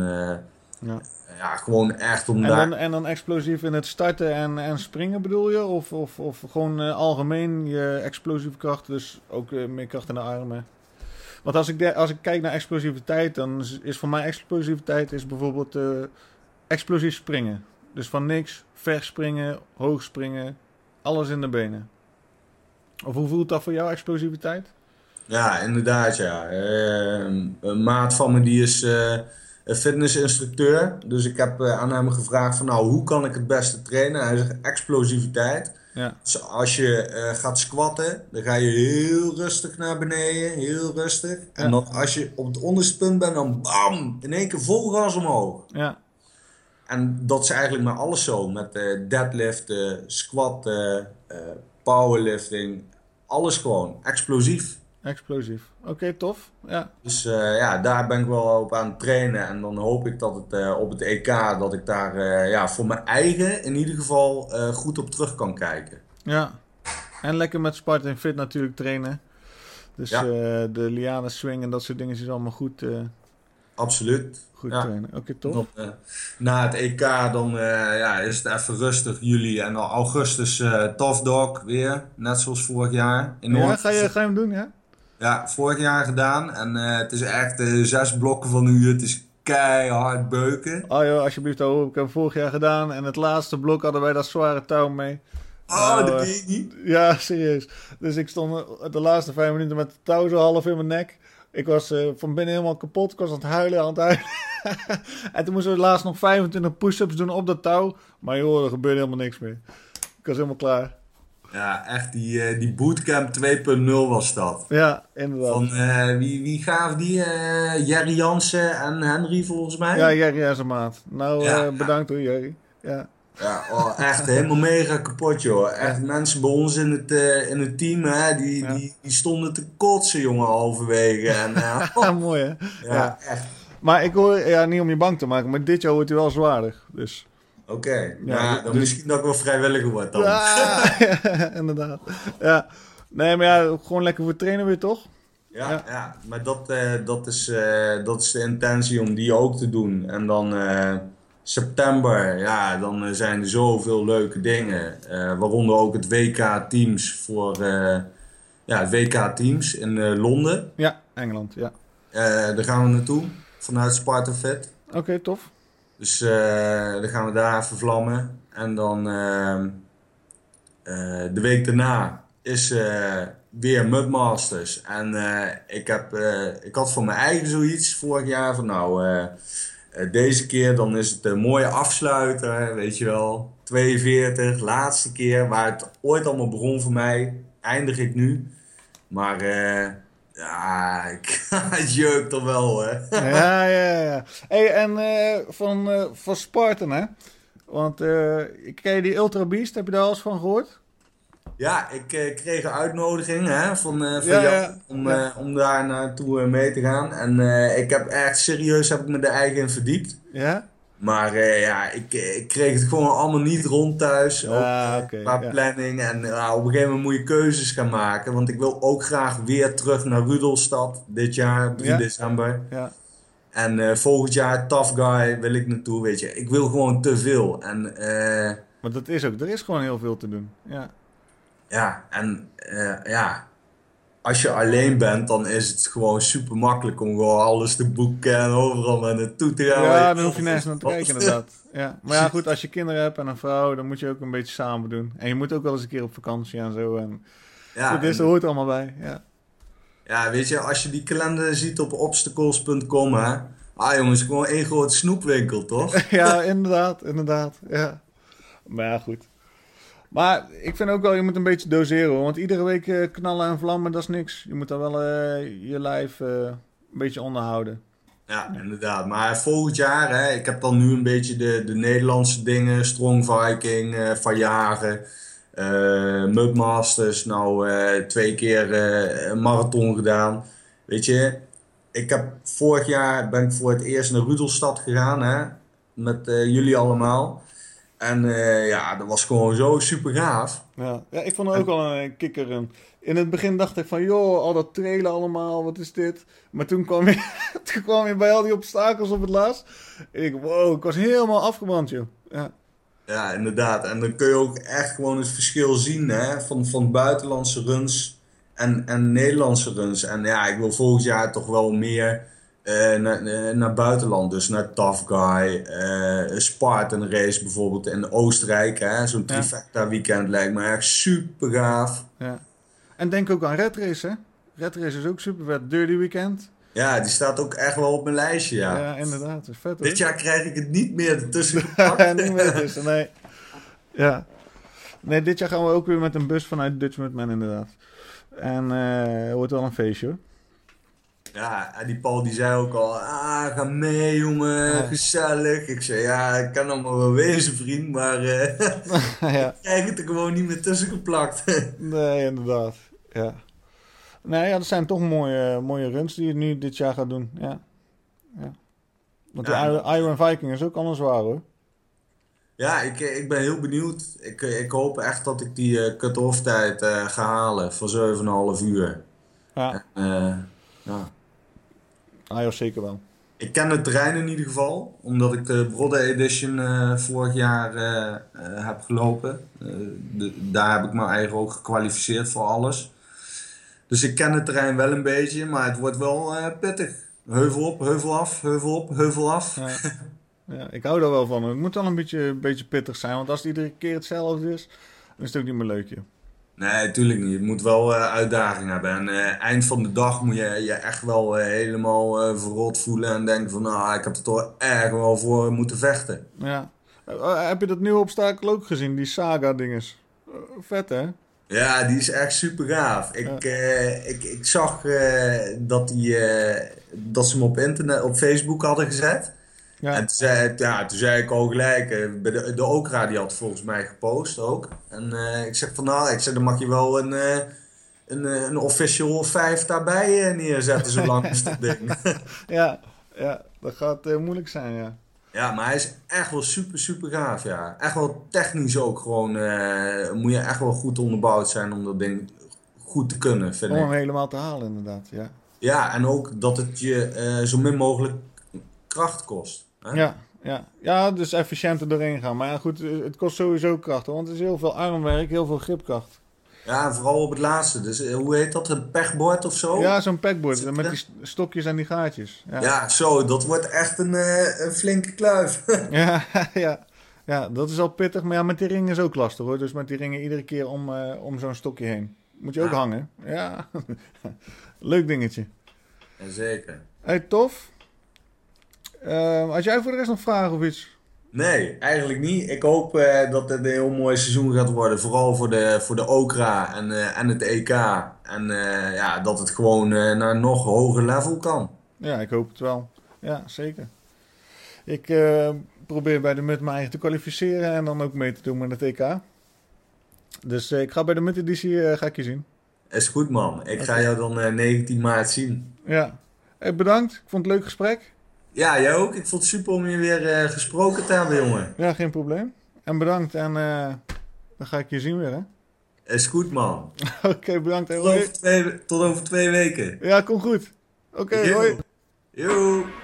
gewoon echt om daar... En dan explosief in het starten en springen bedoel je? Of gewoon algemeen je explosieve kracht, dus ook meer kracht in de armen? Want als ik kijk naar explosiviteit, dan is voor mij explosiviteit is bijvoorbeeld explosief springen. Dus van niks, verspringen, hoog springen, alles in de benen. Of hoe voelt dat voor jou, explosiviteit? Ja, inderdaad, ja. Een maat van me die is een fitnessinstructeur. Dus ik heb aan hem gevraagd van nou, hoe kan ik het beste trainen? Hij zegt explosiviteit. Ja, Dus als je gaat squatten, dan ga je heel rustig naar beneden, heel rustig. En Ja. dan als je op het onderste punt bent, dan bam, in één keer vol gas omhoog. ja, En dat is eigenlijk met alles zo. Met deadliften, squatten, powerlifting. Alles gewoon explosief. explosief. Oké, tof. Ja, Dus ja, daar ben ik wel op aan het trainen. En dan hoop ik dat het op het EK, dat ik daar ja, voor mijn eigen in ieder geval goed op terug kan kijken. ja. En lekker met Spartan Fit natuurlijk trainen. Dus Ja. de lianen swing en dat soort dingen is allemaal goed, Absoluut. goed Ja. trainen. Oké, tof. Dan, na het EK dan ja, is het even rustig, juli. En dan augustus Tough Dog weer. Net zoals vorig jaar. In Ja, Noord. ga je hem doen, ja? Ja, vorig jaar gedaan. En het is echt 6 blokken van een uur. Het is keihard beuken. Oh joh, alsjeblieft, ik heb hem vorig jaar gedaan. En het laatste blok hadden wij dat zware touw mee. Oh, Nou, dat weet je niet. Ja, serieus. Dus ik stond de laatste 5 minuten met het touw zo half in mijn nek. Ik was van binnen helemaal kapot. Ik was aan het huilen. En toen moesten we laatst nog 25 push-ups doen op dat touw. Maar joh, er gebeurde helemaal niks meer. Ik was helemaal klaar. Ja, echt die bootcamp 2.0 was dat. Ja, inderdaad. Van wie gaf die? Jerry Jansen en Henry volgens mij? Ja, Jerry en zijn maat. Nou, Ja. bedankt hoor, Jerry. Ja. Ja, oh, echt helemaal mega kapot, joh. Echt mensen bij ons in het team, hè, die stonden te kotsen, jongen, halverwege. En, Ja, mooi hè. ja, echt. Maar ik hoor, ja, niet om je bang te maken, maar dit jaar wordt hij wel zwaardig. Dus. Oké, Ja, nou, dan dus- misschien dat ik wel vrijwilliger word dan. Ja, inderdaad. Ja. Nee, maar ja, gewoon lekker voor trainen weer, toch? Ja, maar dat is de intentie om die ook te doen. En dan september, ja, dan zijn er zoveel leuke dingen. Waaronder ook het WK Teams voor het WK Teams in Londen. Ja, Engeland, ja. Daar gaan we naartoe vanuit Spartan Fit. Oké, tof. Dus dan gaan we daar even vlammen. En dan de week daarna is weer Mudmasters. En ik had voor mijn eigen zoiets vorig jaar van nou, deze keer dan is het een mooie afsluiter, weet je wel. 42, laatste keer waar het ooit allemaal begon voor mij, eindig ik nu. Maar ja, het jeukt toch wel, hè. Ja. Hey, en van Spartan, hè? Want ken je die Ultra Beast? Heb je daar al eens van gehoord? Ja, ik kreeg een uitnodiging hè, van Ja, jou om daar naartoe mee te gaan. En ik heb echt serieus heb ik me er eigen in verdiept. Ja? Maar ja, ik kreeg het gewoon allemaal niet rond thuis. Ook Oké, qua ja. planning. En op een gegeven moment moet je keuzes gaan maken. Want ik wil ook graag weer terug naar Rudolstad dit jaar, 3 Ja. december. Ja. En volgend jaar Tough Guy wil ik naartoe, weet je. Ik wil gewoon te veel. En Maar dat is ook, er is gewoon heel veel te doen. Ja. ja, en ja, als je alleen bent, dan is het gewoon super makkelijk om gewoon alles te boeken en overal maar naartoe te gaan. Ja, dan hoef je nergens naar te kijken inderdaad. Ja. Maar ja, goed, als je kinderen hebt en een vrouw, dan moet je ook een beetje samen doen. En je moet ook wel eens een keer op vakantie en zo. En Ja, dit en- hoort er allemaal bij. Ja. ja, weet je, als je die kalender ziet op obstacles.com, hè. Ah jongens, gewoon één grote snoepwinkel, toch? Ja, inderdaad. Ja. Maar ja, goed. Maar ik vind ook wel, je moet een beetje doseren hoor. Want iedere week knallen en vlammen, dat is niks. Je moet dan wel je lijf een beetje onderhouden. Ja, inderdaad. Maar volgend jaar, hè, ik heb dan nu een beetje de Nederlandse dingen. Strong Viking, Van Jagen, Mudmasters. Nou, 2 keer een marathon gedaan. Weet je, vorig jaar ben ik voor het eerst naar Rudolstad gegaan, hè. Met jullie allemaal. En ja, dat was gewoon zo super gaaf. Ja, ik vond het ook wel een kikker. In het begin dacht ik van, joh, al dat trailen allemaal, wat is dit? Maar toen kwam je bij al die obstakels op het laatst. En ik, wow, ik was helemaal afgebrand, joh. Ja, Ja, inderdaad. En dan kun je ook echt gewoon het verschil zien, hè, van buitenlandse runs en Nederlandse runs. En ja, ik wil volgend jaar toch wel meer Naar buitenland, dus naar Tough Guy, Spartan Race bijvoorbeeld in Oostenrijk. Hè? Zo'n Ja. trifecta weekend lijkt me echt super gaaf. Ja. En denk ook aan Red Race, hè? Red Race is ook super vet. Dirty Weekend. Ja, die staat ook echt wel op mijn lijstje, ja. Ja, inderdaad. Dat is vet, hoor. Dit jaar krijg ik het niet meer ertussen gepakt. Niet meer tussen, nee. Ja. Nee, dit jaar gaan we ook weer met een bus vanuit Dutch Mudman, inderdaad. En wordt wel een feestje, hoor. Ja, en die Paul die zei ook al, ga mee jongen, Ja. gezellig. Ik zei, ja, ik kan allemaal wel wezen vriend, maar Ja. ik krijg het er gewoon niet meer tussen geplakt. Nee, inderdaad. Ja. Nee, ja, dat zijn toch mooie runs die je nu dit jaar gaat doen. Ja. Ja. Want die Ja. Iron Viking is ook anders waar, hoor. Ja, ik ben heel benieuwd. Ik hoop echt dat ik die cut-off tijd ga halen voor 7,5 uur. Ja, Ja. Ios zeker wel. Ik ken het terrein in ieder geval, omdat ik de Brodde Edition vorig jaar heb gelopen. Daar heb ik me eigenlijk ook gekwalificeerd voor alles. Dus ik ken het terrein wel een beetje, maar het wordt wel pittig. Heuvel op, heuvel af, heuvel op, heuvel af. Ja. Ja, ik hou daar wel van. Het moet wel een beetje pittig zijn, want als het iedere keer hetzelfde is, dan is het ook niet meer leuk, joh. Nee, tuurlijk niet. Het moet wel uitdaging hebben. En eind van de dag moet je je echt wel helemaal verrot voelen en denken van, nou, ik heb er toch echt wel voor moeten vechten. Ja. Heb je dat nieuwe obstakel ook gezien, die saga-dinges? Vet, hè? Ja, die is echt super gaaf. Ik zag dat ze hem op internet, op Facebook hadden gezet. Ja. En toen zei ik al gelijk, bij de Okra die had volgens mij gepost ook. En ik zeg van nou, dan mag je wel een official 5 daarbij neerzetten zolang is dat ding. Ja, dat gaat moeilijk zijn, ja. Ja, maar hij is echt wel super, super gaaf, ja. Echt wel technisch ook gewoon, moet je echt wel goed onderbouwd zijn om dat ding goed te kunnen, vind Om hem ik. helemaal te halen, inderdaad, ja. Ja, en ook dat het je zo min mogelijk kracht kost. Hè? Ja, dus efficiënt er doorheen gaan. Maar ja, goed, het kost sowieso kracht, hoor, want het is heel veel armwerk, heel veel gripkracht. Ja, en vooral op het laatste. Dus hoe heet dat? Een pechbord of zo? Ja, zo'n packboard met die stokjes en die gaatjes. Ja, Ja, zo, dat wordt echt een flinke kluif. ja, ja, dat is al pittig. Maar ja, met die ringen is ook lastig, hoor. Dus met die ringen iedere keer om zo'n stokje heen. Moet je ook Ja. hangen. Ja, leuk dingetje. Jazeker. Hey, tof. Had jij voor de rest nog vragen of iets? Nee, eigenlijk niet. Ik hoop dat het een heel mooi seizoen gaat worden. Vooral voor de Okra en het EK. En ja, dat het gewoon naar een nog hoger level kan. Ja, ik hoop het wel. Ja, zeker. Ik probeer bij de MUT me eigen te kwalificeren en dan ook mee te doen met het EK. Dus ik ga bij de MUT-editie ga ik je zien. Is goed, man. Ik ga jou dan 19 maart zien. Ja. Hey, bedankt. Ik vond het een leuk gesprek. Ja, jij ook. Ik vond het super om je weer gesproken te hebben, jongen. Ja, geen probleem. En bedankt en dan ga ik je zien weer, hè? Is goed, man. Oké, bedankt. Hey, Tot hoi. over 2 weken. Ja, kom goed. Oké, Yo. hoi. Yo.